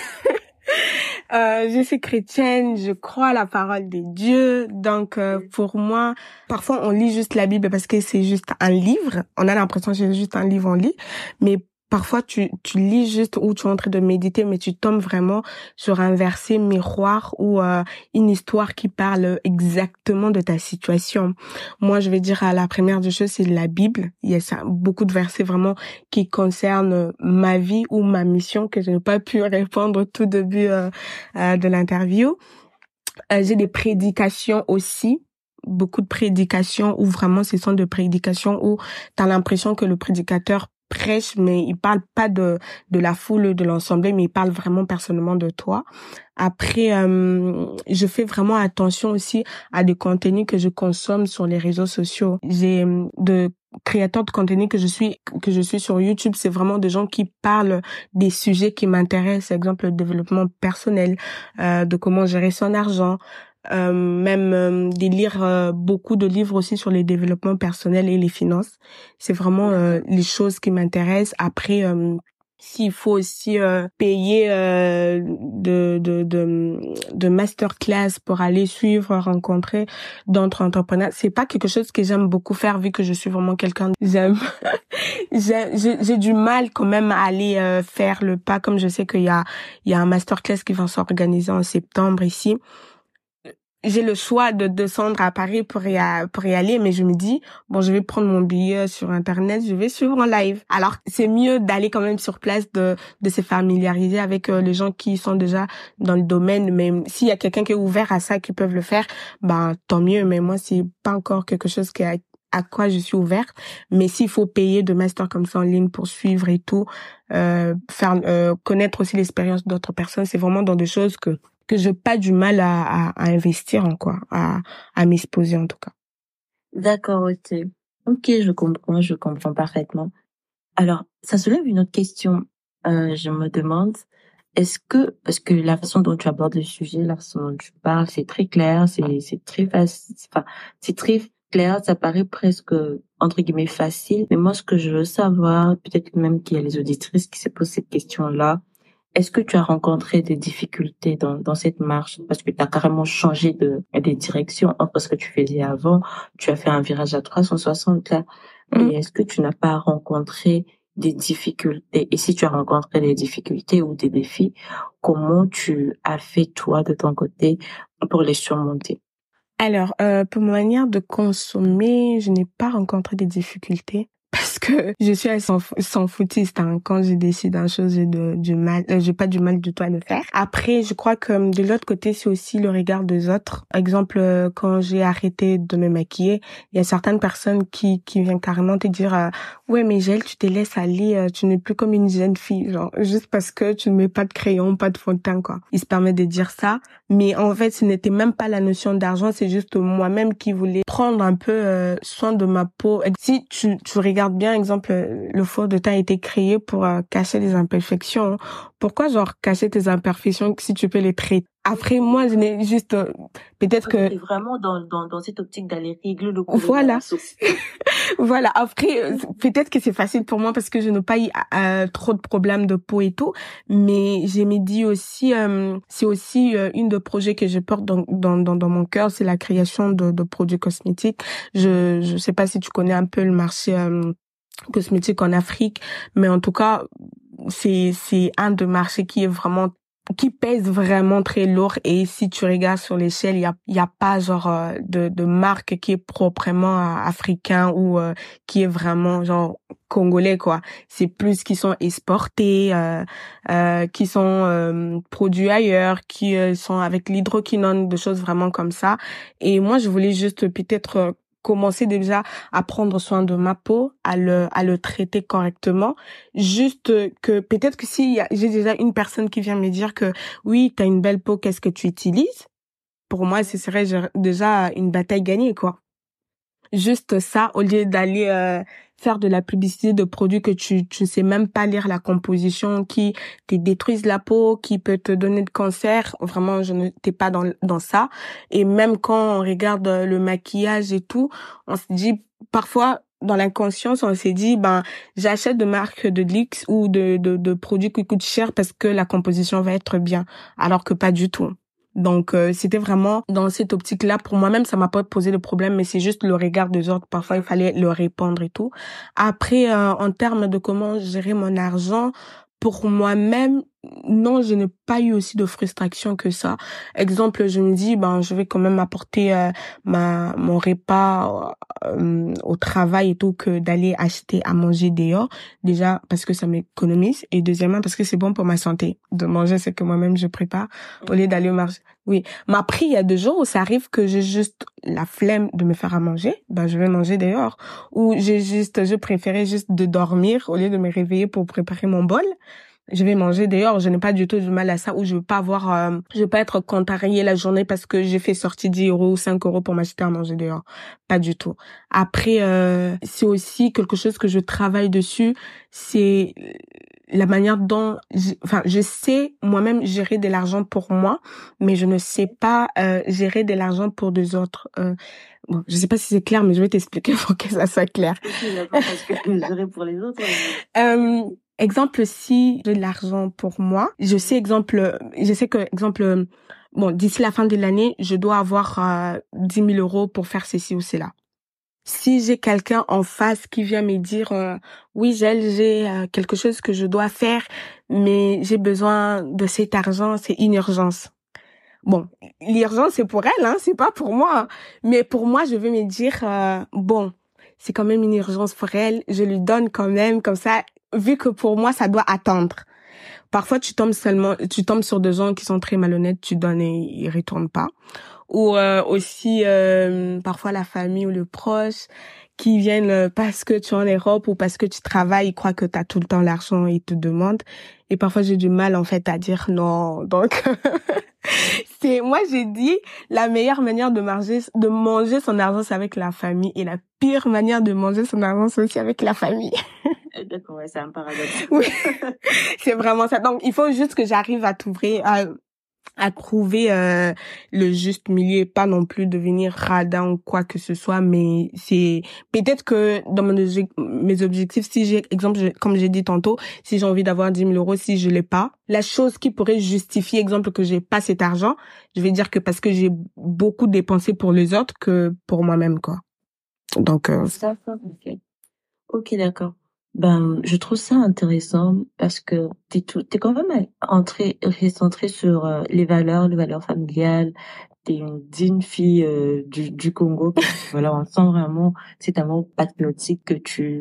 Je suis chrétienne, je crois à la parole de Dieu. Donc, pour moi, parfois on lit juste la Bible parce que c'est juste un livre. On a l'impression que c'est juste un livre, on lit. Mais parfois, tu lis juste ou tu es en train de méditer, mais tu tombes vraiment sur un verset miroir ou une histoire qui parle exactement de ta situation. Moi, je vais dire à la première des choses, c'est la Bible. Il y a beaucoup de versets vraiment qui concernent ma vie ou ma mission que je n'ai pas pu répondre au tout début de l'interview. J'ai des prédications aussi. Beaucoup de prédications où vraiment ce sont des prédications où tu as l'impression que le prédicateur prêche, mais il parle pas de la foule, de l'ensemble, mais il parle vraiment personnellement de toi. Après, je fais vraiment attention aussi à des contenus que je consomme sur les réseaux sociaux. J'ai de créateurs de contenu que je suis sur YouTube, c'est vraiment des gens qui parlent des sujets qui m'intéressent, exemple le développement personnel, de comment gérer son argent, de lire beaucoup de livres aussi sur les développements personnels et les finances. C'est vraiment les choses qui m'intéressent. Après, s'il faut aussi payer de masterclass pour aller suivre, rencontrer d'autres entrepreneurs, c'est pas quelque chose que j'aime beaucoup faire vu que je suis vraiment quelqu'un j'ai du mal quand même à aller faire le pas, comme je sais qu'il y a un masterclass qui va s'organiser en septembre ici. J'ai le choix de descendre à Paris pour y aller, mais je me dis, bon, je vais prendre mon billet sur Internet, je vais suivre en live. Alors, c'est mieux d'aller quand même sur place, de se familiariser avec les gens qui sont déjà dans le domaine. Mais s'il y a quelqu'un qui est ouvert à ça, qui peuvent le faire, ben, tant mieux. Mais moi, c'est pas encore quelque chose à quoi je suis ouverte. Mais s'il faut payer de master comme ça en ligne pour suivre et tout, connaître aussi l'expérience d'autres personnes, c'est vraiment dans des choses que j'ai pas du mal à investir en quoi, à m'exposer en tout cas. D'accord, ok. Ok, je comprends parfaitement. Alors, ça soulève une autre question. Je me demande, parce que la façon dont tu abordes le sujet, la façon dont tu parles, c'est très clair, c'est très facile, enfin, c'est très clair, ça paraît presque, entre guillemets, facile. Mais moi, ce que je veux savoir, peut-être même qu'il y a les auditrices qui se posent cette question-là, est-ce que tu as rencontré des difficultés dans cette marche? Parce que tu as carrément changé des directions entre ce que tu faisais avant. Tu as fait un virage à 360 là. Et est-ce que tu n'as pas rencontré des difficultés? Et si tu as rencontré des difficultés ou des défis, comment tu as fait toi de ton côté pour les surmonter? Alors, pour ma manière de consommer, je n'ai pas rencontré des difficultés. Parce que je suis sans foutiste, hein. Quand je décide une chose, j'ai pas du mal du tout à le faire. Après, je crois que de l'autre côté, c'est aussi le regard des autres. Exemple, quand j'ai arrêté de me maquiller, il y a certaines personnes qui viennent carrément te dire, ouais, mais Gel, tu te laisses aller, tu n'es plus comme une jeune fille, genre, juste parce que tu ne mets pas de crayon, pas de fond de teint, quoi. Ils se permettent de dire ça. Mais en fait, ce n'était même pas la notion d'argent, c'est juste moi-même qui voulais prendre un peu soin de ma peau. Si tu regardes bien, exemple, le fond de teint a été créé pour cacher les imperfections. Pourquoi, genre, cacher tes imperfections si tu peux les traiter? Après, moi, je n'ai juste, peut-être que... C'est vraiment dans cette optique d'aller régler le problème. Voilà. Voilà. Après, peut-être que c'est facile pour moi parce que je n'ai pas eu trop de problèmes de peau et tout. Mais j'ai me dit aussi, c'est aussi une des projets que je porte dans mon cœur, c'est la création de produits cosmétiques. Je sais pas si tu connais un peu le marché cosmétique en Afrique, mais en tout cas, c'est un des marchés qui pèse vraiment très lourd. Et si tu regardes sur l'échelle, il y a pas genre de marque qui est proprement africain ou qui est vraiment genre congolais, quoi. C'est plus qui sont exportés, qui sont produits ailleurs, qui sont avec l'hydroquinone, des choses vraiment comme ça. Et moi, je voulais juste peut-être commencer déjà à prendre soin de ma peau, à le traiter correctement. Juste que peut-être que si j'ai déjà une personne qui vient me dire que oui, t'as une belle peau, qu'est-ce que tu utilises? Pour moi, ce serait déjà une bataille gagnée, quoi. Juste ça, au lieu d'aller faire de la publicité de produits que tu sais même pas lire la composition, qui te détruisent la peau, qui peut te donner de cancer. Vraiment, je n'étais pas dans ça. Et même quand on regarde le maquillage et tout, on se dit parfois dans l'inconscience, on s'est dit j'achète de marques de luxe ou de produits qui coûtent cher parce que la composition va être bien, alors que pas du tout. Donc c'était vraiment dans cette optique-là. Pour moi-même, ça m'a pas posé de problème, mais c'est juste le regard des autres. Parfois, il fallait leur répondre et tout. Après, en termes de comment gérer mon argent, pour moi-même, non, je n'ai pas eu aussi de frustration que ça. Exemple, je me dis, je vais quand même apporter mon repas au travail et tout, que d'aller acheter à manger dehors. Déjà, parce que ça m'économise. Et deuxièmement, parce que c'est bon pour ma santé. De manger ce que moi-même je prépare, au lieu d'aller au marché. Oui. Mais après, il y a des jours où ça arrive que j'ai juste la flemme de me faire à manger. Je vais manger dehors. Ou je préférais juste de dormir au lieu de me réveiller pour préparer mon bol. je vais manger dehors. Je n'ai pas du tout du mal à ça, ou je veux pas être contrariée la journée parce que j'ai fait sortir 10 euros ou 5 euros pour m'acheter à manger dehors. Pas du tout. Après, c'est aussi quelque chose que je travaille dessus. C'est la manière dont, je sais moi-même gérer de l'argent pour moi, mais je ne sais pas gérer de l'argent pour des autres. Bon, je sais pas si c'est clair, mais je vais t'expliquer pour que ça soit clair. Parce que gérer pour les autres. Exemple, si j'ai de l'argent pour moi, je sais que, bon, d'ici la fin de l'année, je dois avoir 10 000 euros pour faire ceci ou cela. Si j'ai quelqu'un en face qui vient me dire oui, j'ai quelque chose que je dois faire, mais j'ai besoin de cet argent, c'est une urgence. Bon, l'urgence c'est pour elle, hein, c'est pas pour moi. Mais pour moi, je vais me dire bon, c'est quand même une urgence pour elle, je lui donne quand même, comme ça, vu que pour moi ça doit attendre. Parfois tu tombes sur des gens qui sont très malhonnêtes, tu donnes et ils retournent pas. Ou aussi parfois la famille ou le proche qui viennent parce que tu es en Europe ou parce que tu travailles, ils croient que tu as tout le temps l'argent et ils te demandent. Et parfois j'ai du mal en fait à dire non. Donc moi j'ai dit la meilleure manière de manger son argent c'est avec la famille, et la pire manière de manger son argent c'est aussi avec la famille. D'accord, ouais, c'est un paradoxe. Oui. C'est vraiment ça. Donc il faut juste que j'arrive à trouver le juste milieu, pas non plus devenir radin ou quoi que ce soit, mais c'est peut-être que dans mes objectifs, si j'ai, comme j'ai dit tantôt, si j'ai envie d'avoir 10 000 euros, si je l'ai pas, la chose qui pourrait justifier, exemple, que j'ai pas cet argent, je vais dire que parce que j'ai beaucoup dépensé pour les autres que pour moi-même, quoi. Donc ok, d'accord. Ben, je trouve ça intéressant parce que t'es quand même recentré sur les valeurs familiales. T'es une digne fille du Congo. Voilà, on sent vraiment cet amour patriotique que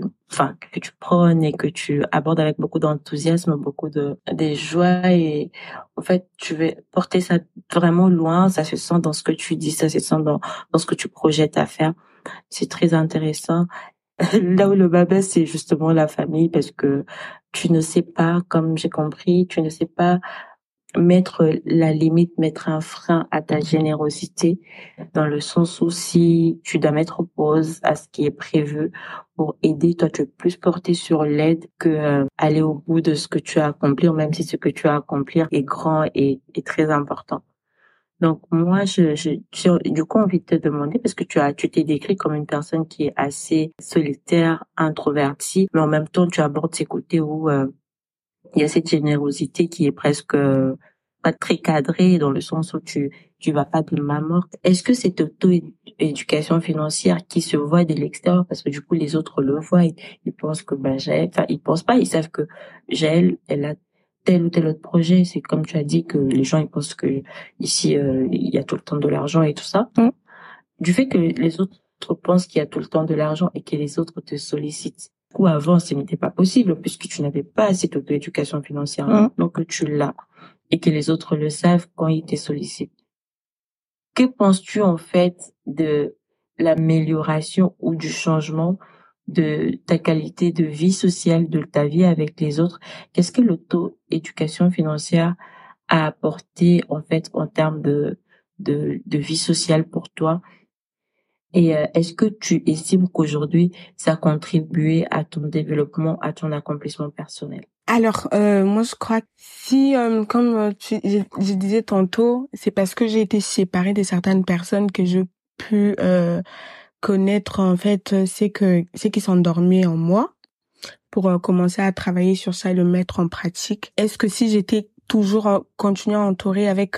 tu prônes et que tu abordes avec beaucoup d'enthousiasme, de joie, et en fait, tu veux porter ça vraiment loin. Ça se sent dans ce que tu dis, ça se sent dans ce que tu projettes à faire. C'est très intéressant. Là où le bas blesse, c'est justement la famille, parce que tu ne sais pas, comme j'ai compris, tu ne sais pas mettre la limite, mettre un frein à ta générosité, dans le sens où si tu dois mettre pause à ce qui est prévu pour aider, toi tu es plus porté sur l'aide que aller au bout de ce que tu as accompli, même si ce que tu as accompli est grand et très important. Donc moi, j'ai du coup envie de te demander, parce que tu t'es décrit comme une personne qui est assez solitaire, introvertie, mais en même temps tu abordes ces côtés où il y a cette générosité qui est presque pas très cadrée, dans le sens où tu vas pas de main morte. Est-ce que cette auto-éducation financière qui se voit de l'extérieur, parce que du coup les autres le voient, ils pensent que Jaël, enfin ils pensent pas, ils savent que Jaël, elle a tel ou tel autre projet. C'est comme tu as dit que les gens ils pensent que ici il y a tout le temps de l'argent et tout ça. Du fait que les autres pensent qu'il y a tout le temps de l'argent et que les autres te sollicitent. Ou avant, ce n'était pas possible puisque tu n'avais pas cette auto-éducation financière. Donc tu l'as, et que les autres le savent quand ils te sollicitent. Que penses-tu en fait de l'amélioration ou du changement de ta qualité de vie sociale, de ta vie avec les autres? Qu'est-ce que l'auto-éducation financière a apporté en fait en termes de vie sociale pour toi? Et est-ce que tu estimes qu'aujourd'hui ça a contribué à ton développement, à ton accomplissement personnel? Alors, moi je crois que si, comme je disais tantôt, c'est parce que j'ai été séparée de certaines personnes que je pu connaître en fait c'est qui s'endormaient en moi, pour commencer à travailler sur ça et le mettre en pratique. Est-ce que si j'étais toujours continué à entourer avec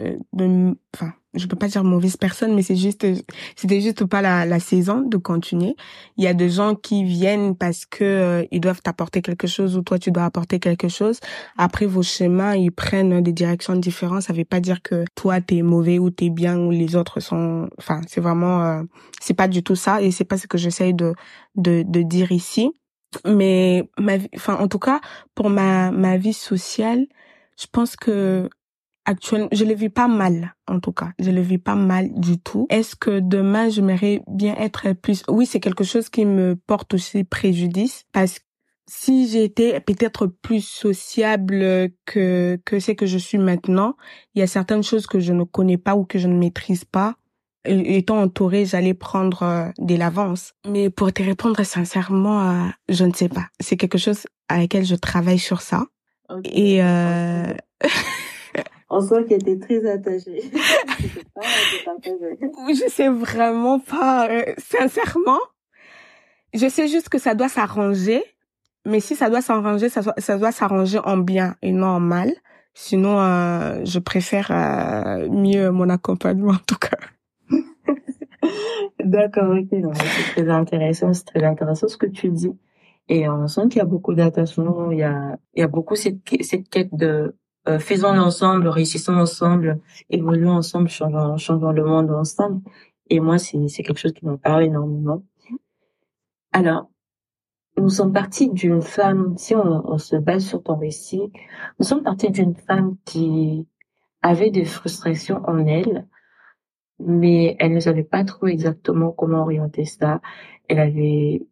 je peux pas dire mauvaise personne, mais c'était juste pas la saison de continuer. Il y a des gens qui viennent parce que ils doivent t'apporter quelque chose, ou toi tu dois apporter quelque chose. Après, vos chemins, ils prennent des directions différentes. Ça veut pas dire que toi t'es mauvais ou t'es bien ou les autres sont, c'est vraiment, c'est pas du tout ça, et c'est pas ce que j'essaye de dire ici. Mais en tout cas, pour ma vie sociale, je pense que actuellement, je le vis pas mal, en tout cas. Je le vis pas mal du tout. Est-ce que demain, j'aimerais bien être plus... Oui, c'est quelque chose qui me porte aussi préjudice, parce si j'ai été peut-être plus sociable que c'est que je suis maintenant, il y a certaines choses que je ne connais pas ou que je ne maîtrise pas. Et étant entourée, j'allais prendre de l'avance. Mais pour te répondre sincèrement, je ne sais pas. C'est quelque chose à laquelle je travaille sur ça. Okay. Et on sent qu'elle était très attachée. Je sais vraiment pas. Sincèrement, je sais juste que ça doit s'arranger. Mais si ça doit s'arranger, ça doit s'arranger en bien et non en mal. Sinon, je préfère mieux mon accompagnement en tout cas. D'accord, ok. Non, c'est très intéressant ce que tu dis. Et on sent qu'il y a beaucoup d'attachement, il y a beaucoup cette quête de faisons ensemble, réussissons ensemble, évoluons ensemble, changeons le monde ensemble. Et moi, c'est quelque chose qui me parle énormément. Alors, nous sommes partis d'une femme, si on se base sur ton récit, nous sommes partis d'une femme qui avait des frustrations en elle, mais elle ne savait pas trop exactement comment orienter ça. Elle avait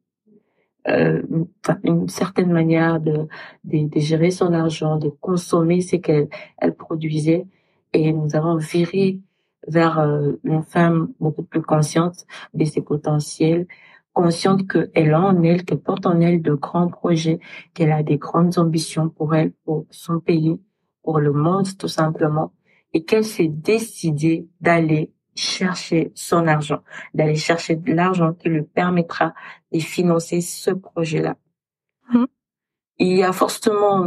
une certaine manière de gérer son argent, de consommer ce qu'elle produisait. Et nous avons viré vers une femme beaucoup plus consciente de ses potentiels, consciente qu'elle a en elle, qu'elle porte en elle de grands projets, qu'elle a des grandes ambitions pour elle, pour son pays, pour le monde tout simplement, et qu'elle s'est décidée d'aller chercher son argent, d'aller chercher de l'argent qui lui permettra de financer ce projet-là. Mmh. Il y a forcément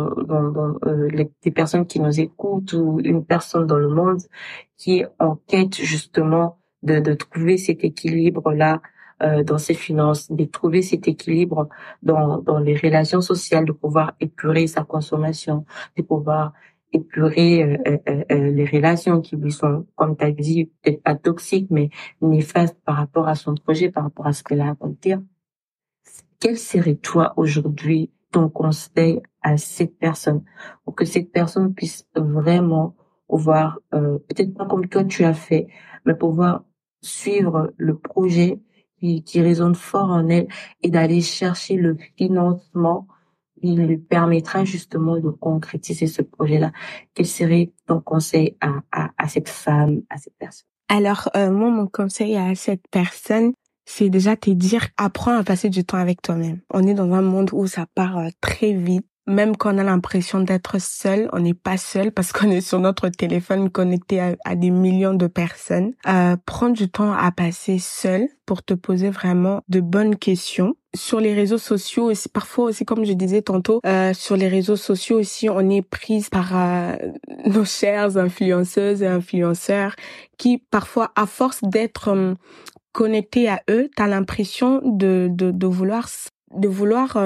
des personnes qui nous écoutent ou une personne dans le monde qui est en quête justement de trouver cet équilibre-là dans ses finances, de trouver cet équilibre dans les relations sociales, de pouvoir épurer sa consommation, de pouvoir épurer les relations qui lui sont, comme tu as dit, peut-être pas toxiques, mais néfastes par rapport à son projet, par rapport à ce qu'elle a à accomplir. Quel serait toi aujourd'hui ton conseil à cette personne pour que cette personne puisse vraiment pouvoir, peut-être pas comme toi tu as fait, mais pouvoir suivre le projet qui résonne fort en elle et d'aller chercher le financement qui lui permettra justement de concrétiser ce projet-là. Quel serait ton conseil à cette femme, à cette personne? Alors, moi, mon conseil à cette personne, c'est déjà te dire, apprends à passer du temps avec toi-même. On est dans un monde où ça part très vite. Même quand on a l'impression d'être seul, on n'est pas seul parce qu'on est sur notre téléphone connecté à des millions de personnes. Prends du temps à passer seul pour te poser vraiment de bonnes questions. Sur les réseaux sociaux aussi, parfois aussi, comme je disais tantôt, sur les réseaux sociaux aussi, on est prise par nos chères influenceuses et influenceurs qui, parfois, à force d'être connecté à eux, t'as l'impression de vouloir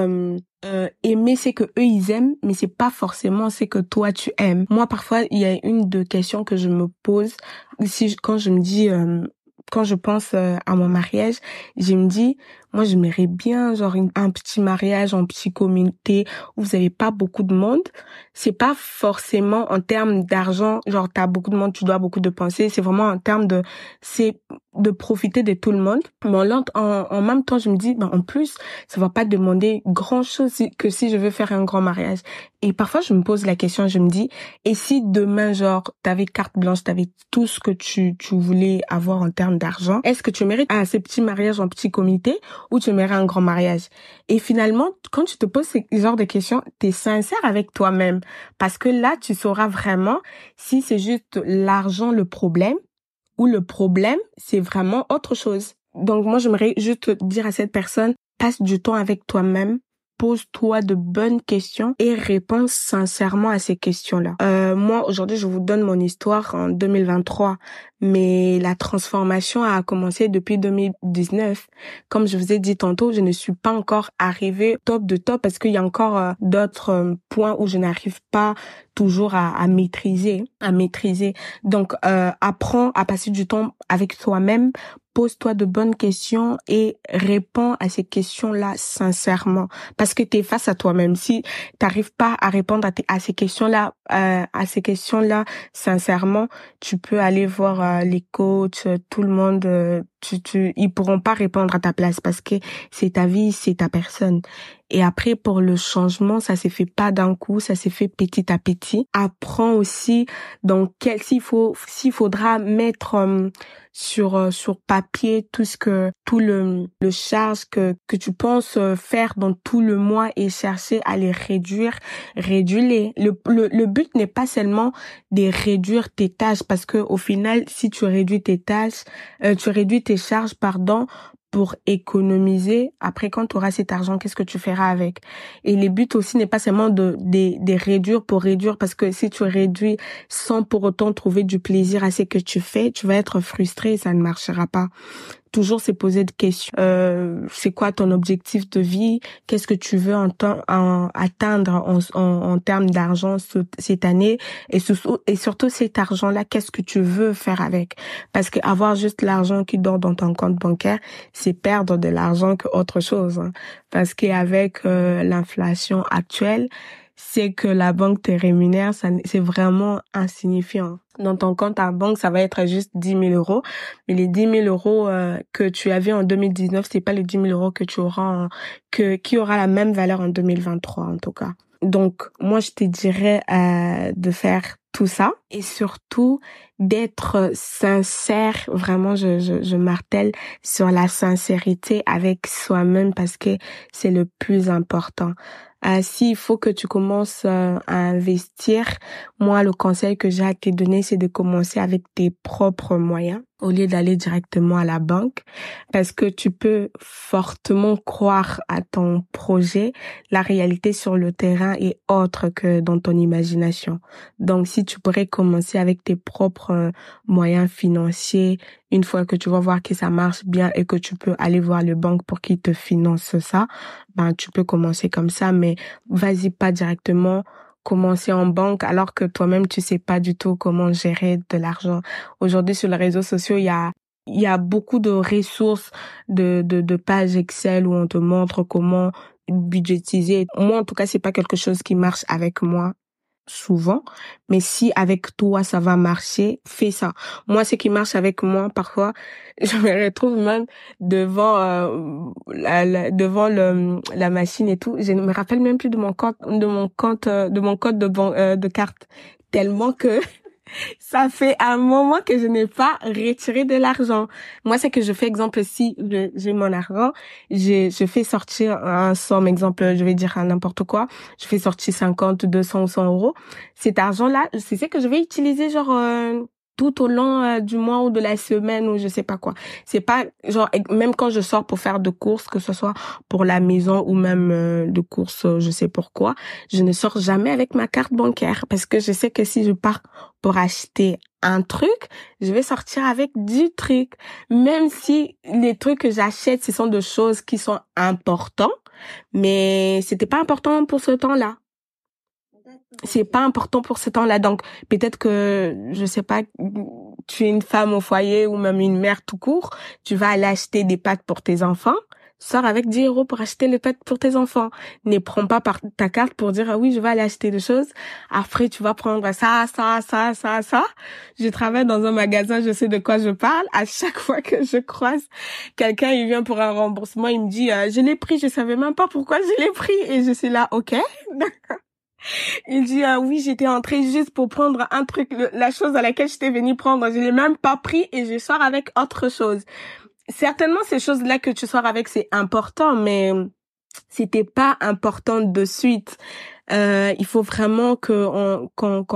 aimer ce que eux ils aiment, mais c'est pas forcément ce que toi tu aimes. Moi, parfois, il y a une de questions que je me pose quand je me dis quand je pense à mon mariage, je me dis, moi, j'aimerais bien genre un petit mariage en petit comité où vous avez pas beaucoup de monde. C'est pas forcément en termes d'argent, genre t'as beaucoup de monde, tu dois beaucoup de penser. C'est vraiment en termes c'est de profiter de tout le monde. Mais en même temps, je me dis, en plus, ça va pas demander grand chose que si je veux faire un grand mariage. Et parfois, je me pose la question, je me dis, et si demain, genre, t'avais carte blanche, t'avais tout ce que tu voulais avoir en termes d'argent, est-ce que tu mérites ce petit mariage en petit comité ou tu aimerais un grand mariage? Et finalement, quand tu te poses ce genre de questions, t'es sincère avec toi-même. Parce que là, tu sauras vraiment si c'est juste l'argent le problème ou le problème, c'est vraiment autre chose. Donc moi, j'aimerais juste dire à cette personne, passe du temps avec toi-même, pose-toi de bonnes questions et réponds sincèrement à ces questions-là. Moi, aujourd'hui, je vous donne mon histoire en 2023, mais la transformation a commencé depuis 2019. Comme je vous ai dit tantôt, je ne suis pas encore arrivée top de top parce qu'il y a encore d'autres points où je n'arrive pas toujours à maîtriser. Donc, apprends à passer du temps avec toi-même. Pose-toi de bonnes questions et réponds à ces questions-là sincèrement. Parce que tu es face à toi-même. Si t'arrives pas à répondre à ces questions-là à ces questions-là, sincèrement, tu peux aller voir les coachs, tout le monde. Ils pourront pas répondre à ta place parce que c'est ta vie, c'est ta personne. Et après, pour le changement, ça s'est fait pas d'un coup, ça s'est fait petit à petit. Apprends aussi s'il faudra mettre sur papier tout le charge que tu penses faire dans tout le mois et chercher à les réduire. Réduis-les. Le but n'est pas seulement de réduire tes tâches parce que au final, si tu réduis tes charges, pour économiser. Après, quand tu auras cet argent, qu'est-ce que tu feras avec? Et le but aussi n'est pas seulement de réduire pour réduire, parce que si tu réduis sans pour autant trouver du plaisir à ce que tu fais, tu vas être frustré et ça ne marchera pas. Toujours se poser des questions. C'est quoi ton objectif de vie? Qu'est-ce que tu veux atteindre en termes d'argent cette année? Et surtout cet argent-là, qu'est-ce que tu veux faire avec? Parce que avoir juste l'argent qui dort dans ton compte bancaire, c'est perdre de l'argent que autre chose. Hein. Parce qu'avec l'inflation actuelle, c'est que la banque te rémunère, c'est vraiment insignifiant. Dans ton compte à banque, ça va être juste 10 000 euros. Mais les 10 000 euros que tu avais en 2019, c'est pas les 10 000 euros que tu auras, qui aura la même valeur en 2023, en tout cas. Donc, moi, je te dirais de faire tout ça et surtout d'être sincère. Vraiment, je martèle sur la sincérité avec soi-même parce que c'est le plus important. S'il faut que tu commences à investir, moi, le conseil que j'ai à te donner, c'est de commencer avec tes propres moyens au lieu d'aller directement à la banque parce que tu peux fortement croire à ton projet. La réalité sur le terrain est autre que dans ton imagination. Donc, si tu pourrais commencer avec tes propres moyens financiers, une fois que tu vas voir que ça marche bien et que tu peux aller voir les banques pour qu'ils te financent ça, tu peux commencer comme ça, mais vas-y pas directement commencer en banque alors que toi-même tu sais pas du tout comment gérer de l'argent. Aujourd'hui sur les réseaux sociaux, il y a beaucoup de ressources de pages Excel où on te montre comment budgétiser. Moi en tout cas, c'est pas quelque chose qui marche avec moi souvent, mais si avec toi ça va marcher, fais ça. Moi, ce qui marche avec moi, parfois, je me retrouve même devant la machine et tout. Je ne me rappelle même plus de mon code de carte, tellement que ça fait un moment que je n'ai pas retiré de l'argent. Moi, c'est que je fais, exemple, si j'ai mon argent, je fais sortir un somme, exemple, je vais dire n'importe quoi, je fais sortir 50, 200 ou 100 euros. Cet argent-là, c'est ce que je vais utiliser, tout au long du mois ou de la semaine ou je sais pas quoi. C'est pas même quand je sors pour faire de courses, que ce soit pour la maison ou même de courses, je sais pourquoi, je ne sors jamais avec ma carte bancaire parce que je sais que si je pars pour acheter un truc, je vais sortir avec du truc. Même si les trucs que j'achète, ce sont des choses qui sont importantes, mais c'était pas important pour ce temps-là. C'est pas important pour ce temps-là. Donc, peut-être que, je sais pas, tu es une femme au foyer ou même une mère tout court, tu vas aller acheter des pâtes pour tes enfants, sors avec 10 euros pour acheter les pâtes pour tes enfants. Ne prends pas par ta carte pour dire, ah oui, je vais aller acheter des choses. Après, tu vas prendre ça. Je travaille dans un magasin, je sais de quoi je parle. À chaque fois que je croise quelqu'un, il vient pour un remboursement, il me dit, je l'ai pris, je savais même pas pourquoi je l'ai pris. Et je suis là, ok, d'accord. Il dit, oui, j'étais entrée juste pour prendre un truc, la chose à laquelle j'étais venue prendre. Je l'ai même pas pris et je sors avec autre chose. Certainement, ces choses-là que tu sors avec, c'est important, mais c'était pas important de suite. Il faut vraiment qu'on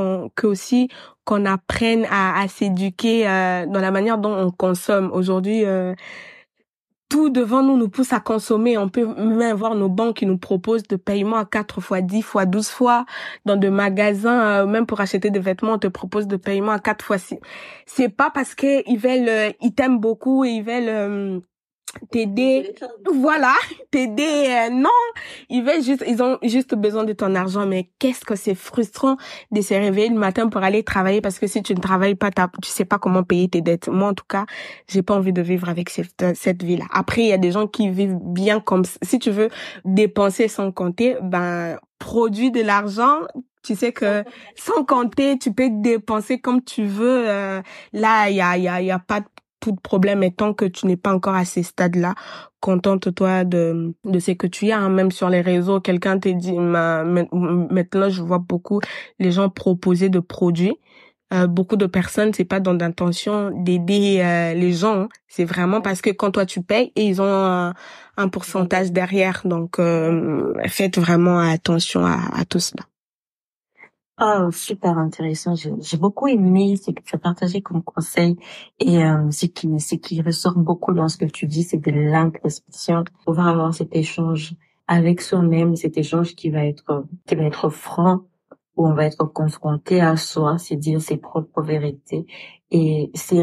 apprenne à s'éduquer dans la manière dont on consomme. Aujourd'hui, tout devant nous pousse à consommer. On peut même voir nos banques qui nous proposent de paiement à 4 fois, 10 fois, 12 fois. Dans des magasins, même pour acheter des vêtements, on te propose de paiement à 4 fois. C'est pas parce que ils t'aiment beaucoup et ils veulent t'aider. Voilà, t'aider. Non, ils ont juste besoin de ton argent. Mais qu'est-ce que c'est frustrant de se réveiller le matin pour aller travailler parce que si tu ne travailles pas, tu sais pas comment payer tes dettes. Moi, en tout cas, j'ai pas envie de vivre avec cette vie-là. Après, il y a des gens qui vivent bien comme, si tu veux dépenser sans compter, produis de l'argent, Tu sais que sans compter, tu peux dépenser comme tu veux. Là, il y a pas tout de problème. Et tant que tu n'es pas encore à ces stades-là, contente-toi de ce que tu as. Hein. Même sur les réseaux, quelqu'un te dit, maintenant, je vois beaucoup les gens proposer de produits. Beaucoup de personnes, c'est pas dans l'intention d'aider les gens. Hein. C'est vraiment parce que quand toi tu payes et ils ont un pourcentage derrière. Donc, faites vraiment attention à tout cela. Oh, super intéressant. J'ai beaucoup aimé ce que tu as partagé comme conseil et ce qui ressort beaucoup dans ce que tu dis, c'est de l'introspection. Pouvoir avoir cet échange avec soi-même, cet échange qui va être franc, où on va être confronté à soi, c'est dire ses propres vérités et c'est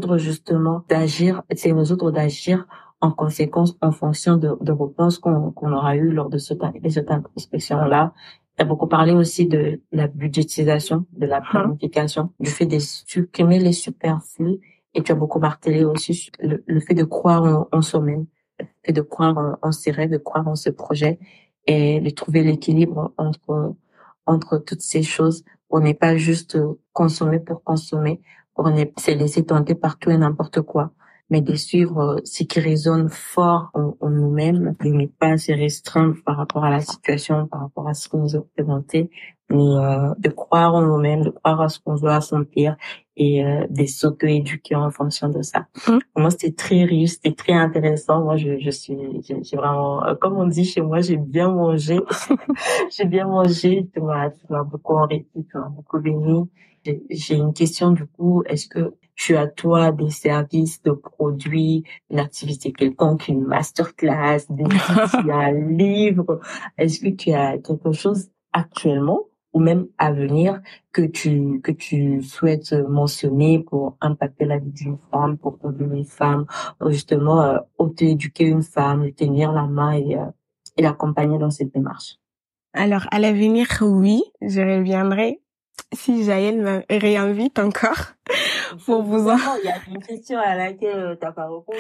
résoudre d'agir en conséquence en fonction de réponses qu'on aura eues lors de cette introspection-là. Tu as beaucoup parlé aussi de la budgétisation, de la planification, du fait de supprimer les superflus et tu as beaucoup martelé aussi le fait de croire en soi-même, le fait de croire en ses rêves, de croire en ce projet et de trouver l'équilibre entre toutes ces choses pour ne pas juste consommer pour consommer, pour ne se laisser tenter par tout et n'importe quoi, mais de suivre ce qui résonne fort en nous-mêmes, de ne pas se restreindre par rapport à la situation, par rapport à ce qu'on nous a présenté, mais de croire en nous-mêmes, de croire à ce qu'on veut accomplir et de s'auto-éduquer en fonction de ça. Pour moi, c'était très riche, c'était très intéressant. Moi, j'ai vraiment, comme on dit chez moi, j'ai bien mangé. J'ai bien mangé, tu m'as beaucoup enrichi, tu m'as beaucoup béni. J'ai une question du coup, est-ce que tu as toi des services, de produits, une activité quelconque, une masterclass, des outils, un livre? Est-ce que tu as quelque chose actuellement ou même à venir que tu souhaites mentionner pour impacter la vie d'une femme, pour aider une femme, pour justement auto-éduquer une femme, lui tenir la main et l'accompagner dans cette démarche? Alors, à l'avenir, oui, je reviendrai si Jaël me réinvite encore pour vous en... Il y a une question à laquelle t'as pas répondu.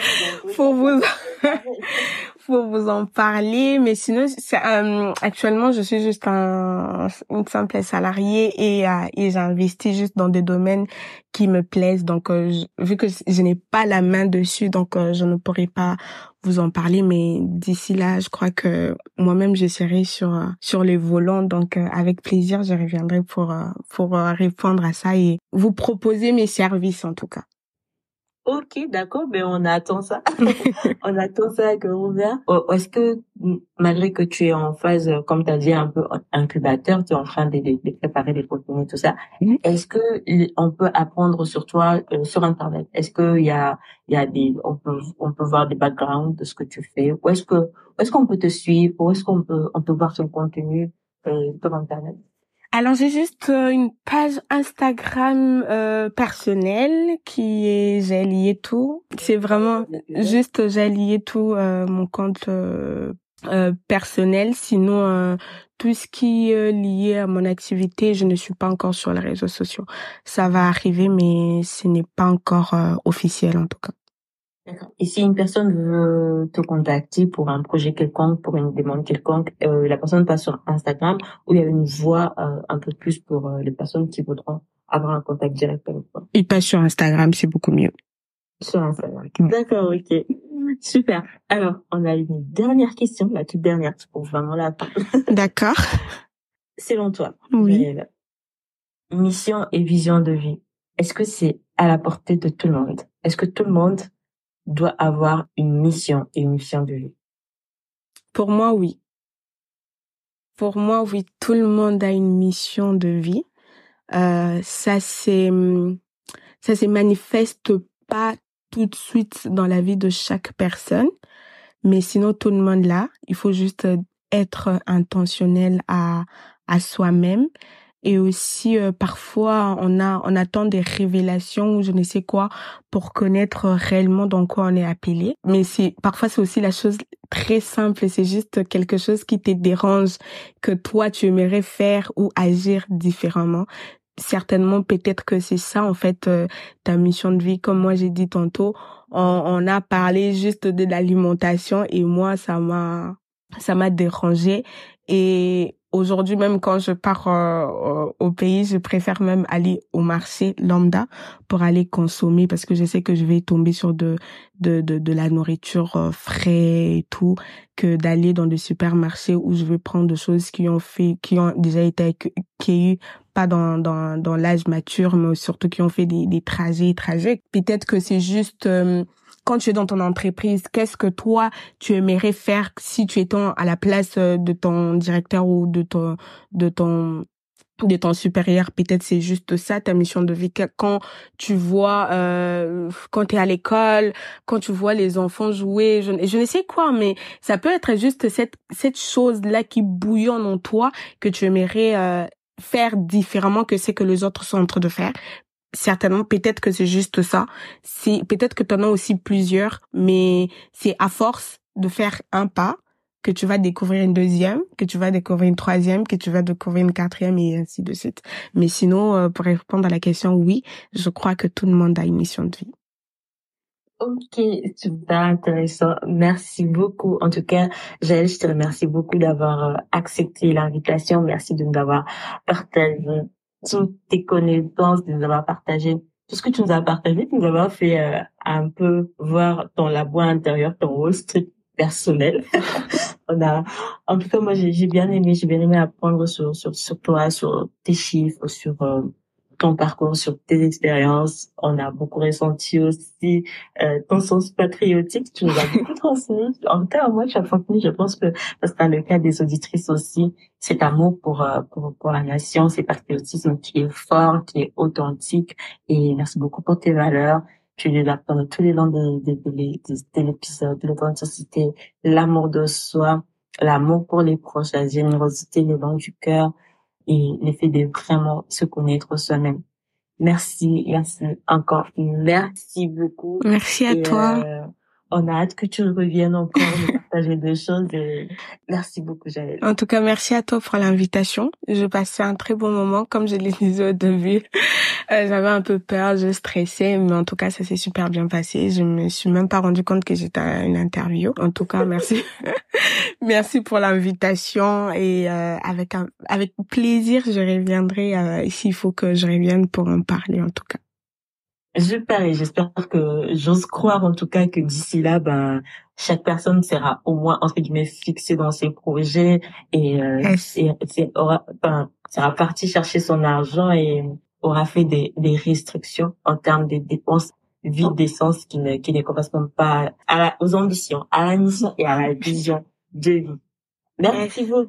Pour vous en parler, mais sinon, actuellement, je suis juste une simple salariée et j'investis juste dans des domaines qui me plaisent. Donc, vu que je n'ai pas la main dessus, donc je ne pourrai pas vous en parler. Mais d'ici là, je crois que moi-même, je serai sur les volants. Donc, avec plaisir, je reviendrai pour répondre à ça et vous proposer mes services en tout cas. Ok, d'accord, mais on attend ça. On attend ça avec ouvert. Est-ce que, malgré que tu es en phase, comme tu as dit, un peu incubateur, tu es en train de préparer des contenus, tout ça, est-ce que on peut apprendre sur toi, sur Internet? Est-ce que il y a on peut voir des backgrounds de ce que tu fais? Où est-ce qu'on peut te suivre? Où est-ce on peut voir ton contenu, sur Internet? Alors j'ai juste une page Instagram personnelle qui est J'ai lié tout. C'est vraiment juste J'ai lié tout mon compte personnel. Sinon tout ce qui est lié à mon activité, je ne suis pas encore sur les réseaux sociaux. Ça va arriver, mais ce n'est pas encore officiel en tout cas. D'accord. Et si une personne veut te contacter pour un projet quelconque, pour une demande quelconque, la personne passe sur Instagram ou il y a une voie un peu plus pour les personnes qui voudront avoir un contact direct avec toi? Il passe sur Instagram, c'est beaucoup mieux. Sur Instagram. D'accord, ok. Super. Alors, on a une dernière question, la toute dernière, pour vraiment la fin. D'accord. Selon toi, oui. Mission et vision de vie, est-ce que c'est à la portée de tout le monde? Est-ce que tout le monde doit avoir une mission et une vision de vie? Pour moi, oui. Pour moi, oui, tout le monde a une mission de vie. Ça se manifeste pas tout de suite dans la vie de chaque personne, mais sinon tout le monde l'a. Il faut juste être intentionnel à soi-même. Et aussi, parfois, on attend des révélations ou je ne sais quoi pour connaître réellement dans quoi on est appelé. Mais parfois, c'est aussi la chose très simple. C'est juste quelque chose qui te dérange, que toi, tu aimerais faire ou agir différemment. Certainement, peut-être que c'est ça, en fait, ta mission de vie. Comme moi, j'ai dit tantôt, on a parlé juste de l'alimentation et moi, ça m'a dérangé. Et Aujourd'hui, même quand je pars au pays, je préfère même aller au marché lambda pour aller consommer parce que je sais que je vais tomber sur de la nourriture frais et tout, que d'aller dans des supermarchés où je vais prendre des choses qui ont déjà été accueillies pas dans l'âge mature, mais surtout qui ont fait des trajets. Peut-être que c'est juste quand tu es dans ton entreprise, qu'est-ce que toi, tu aimerais faire si tu étais à la place de ton directeur ou de ton supérieur? Peut-être c'est juste ça, ta mission de vie. Quand tu vois, quand tu es à l'école, quand tu vois les enfants jouer, je ne sais quoi, mais ça peut être juste cette chose-là qui bouillonne en toi que tu aimerais faire différemment que ce que les autres sont en train de faire. Certainement, peut-être que c'est juste ça. Peut-être que tu en as aussi plusieurs, mais c'est à force de faire un pas que tu vas découvrir une deuxième, que tu vas découvrir une troisième, que tu vas découvrir une quatrième et ainsi de suite. Mais sinon, pour répondre à la question, oui, je crois que tout le monde a une mission de vie. Ok, super intéressant. Merci beaucoup. En tout cas, Jaël, je te remercie beaucoup d'avoir accepté l'invitation. Merci de nous avoir partagé toutes tes connaissances, de nous avoir partagé tout ce que tu nous as partagé, de nous avoir fait un peu voir ton labo intérieur, ton Wall Street personnel. En tout cas, moi, j'ai bien aimé apprendre sur toi, sur tes chiffres, sur ton parcours, sur tes expériences. On a beaucoup ressenti aussi ton sens patriotique. Tu nous as beaucoup transmis. En tout cas, moi, tu as transmis, je pense que c'est dans le cas des auditrices aussi, cet amour pour la nation, ce patriotisme qui est fort, qui est authentique. Et merci beaucoup pour tes valeurs. Tu les as pendant tous les longs de l'épisode, l'authenticité, l'amour de soi, l'amour pour les proches, la générosité, le long du cœur et l'effet de vraiment se connaître soi-même. Merci encore, merci beaucoup. Merci à toi. On a hâte que tu reviennes encore nous partager des choses. Et merci beaucoup, Jaël. En tout cas, merci à toi pour l'invitation. Je passais un très bon moment, comme je l'ai dit au début. J'avais un peu peur, je stressais, mais en tout cas, ça s'est super bien passé. Je me suis même pas rendu compte que j'étais à une interview. En tout cas, merci. Merci pour l'invitation et avec plaisir, je reviendrai s'il faut que je revienne pour en parler, en tout cas. Super, et j'espère que j'ose croire en tout cas que d'ici là, chaque personne sera au moins entre guillemets fixée dans ses projets et sera partie chercher son argent et aura fait des restrictions en termes de dépenses vides d'essence qui ne correspondent pas aux ambitions, à la mission et à la vision de vie. Merci beaucoup.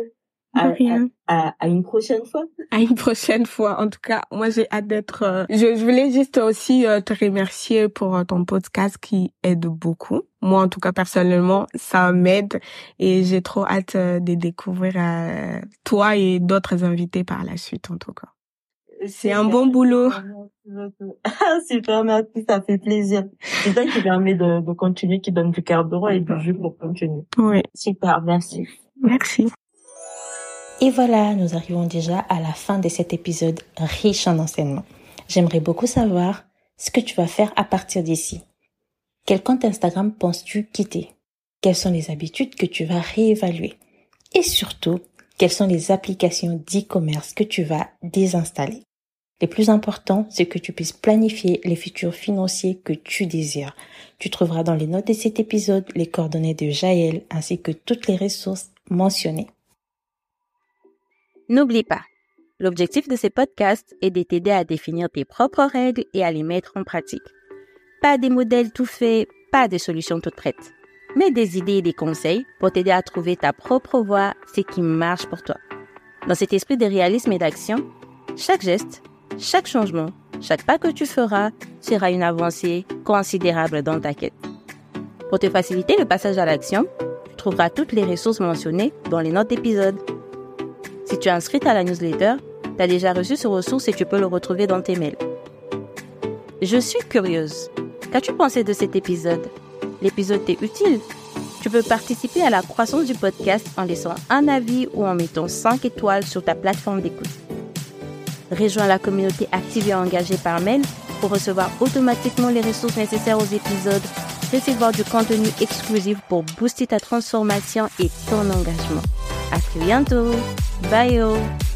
À une prochaine fois. À une prochaine fois. En tout cas, moi, j'ai hâte d'être... Je voulais juste aussi te remercier pour ton podcast qui aide beaucoup. Moi, en tout cas, personnellement, ça m'aide et j'ai trop hâte de découvrir toi et d'autres invités par la suite, en tout cas. C'est un bon boulot. Super, merci, ça fait plaisir. C'est ça qui permet de continuer, qui donne du carburant et du jus pour continuer. Oui. Super, merci. Merci. Et voilà, nous arrivons déjà à la fin de cet épisode riche en enseignements. J'aimerais beaucoup savoir ce que tu vas faire à partir d'ici. Quel compte Instagram penses-tu quitter? Quelles sont les habitudes que tu vas réévaluer? Et surtout, quelles sont les applications d'e-commerce que tu vas désinstaller? Le plus important, c'est que tu puisses planifier les futurs financiers que tu désires. Tu trouveras dans les notes de cet épisode les coordonnées de Jaël ainsi que toutes les ressources mentionnées. N'oublie pas, l'objectif de ces podcasts est de t'aider à définir tes propres règles et à les mettre en pratique. Pas des modèles tout faits, pas des solutions toutes prêtes, mais des idées et des conseils pour t'aider à trouver ta propre voie, ce qui marche pour toi. Dans cet esprit de réalisme et d'action, chaque geste, chaque changement, chaque pas que tu feras sera une avancée considérable dans ta quête. Pour te faciliter le passage à l'action, tu trouveras toutes les ressources mentionnées dans les notes d'épisode. Si tu es inscrite à la newsletter, tu as déjà reçu ces ressources et tu peux le retrouver dans tes mails. Je suis curieuse. Qu'as-tu pensé de cet épisode? L'épisode t'est utile? Tu peux participer à la croissance du podcast en laissant un avis ou en mettant 5 étoiles sur ta plateforme d'écoute. Rejoins la communauté active et engagée par mail pour recevoir automatiquement les ressources nécessaires aux épisodes, recevoir du contenu exclusif pour booster ta transformation et ton engagement. À très bientôt. Bye.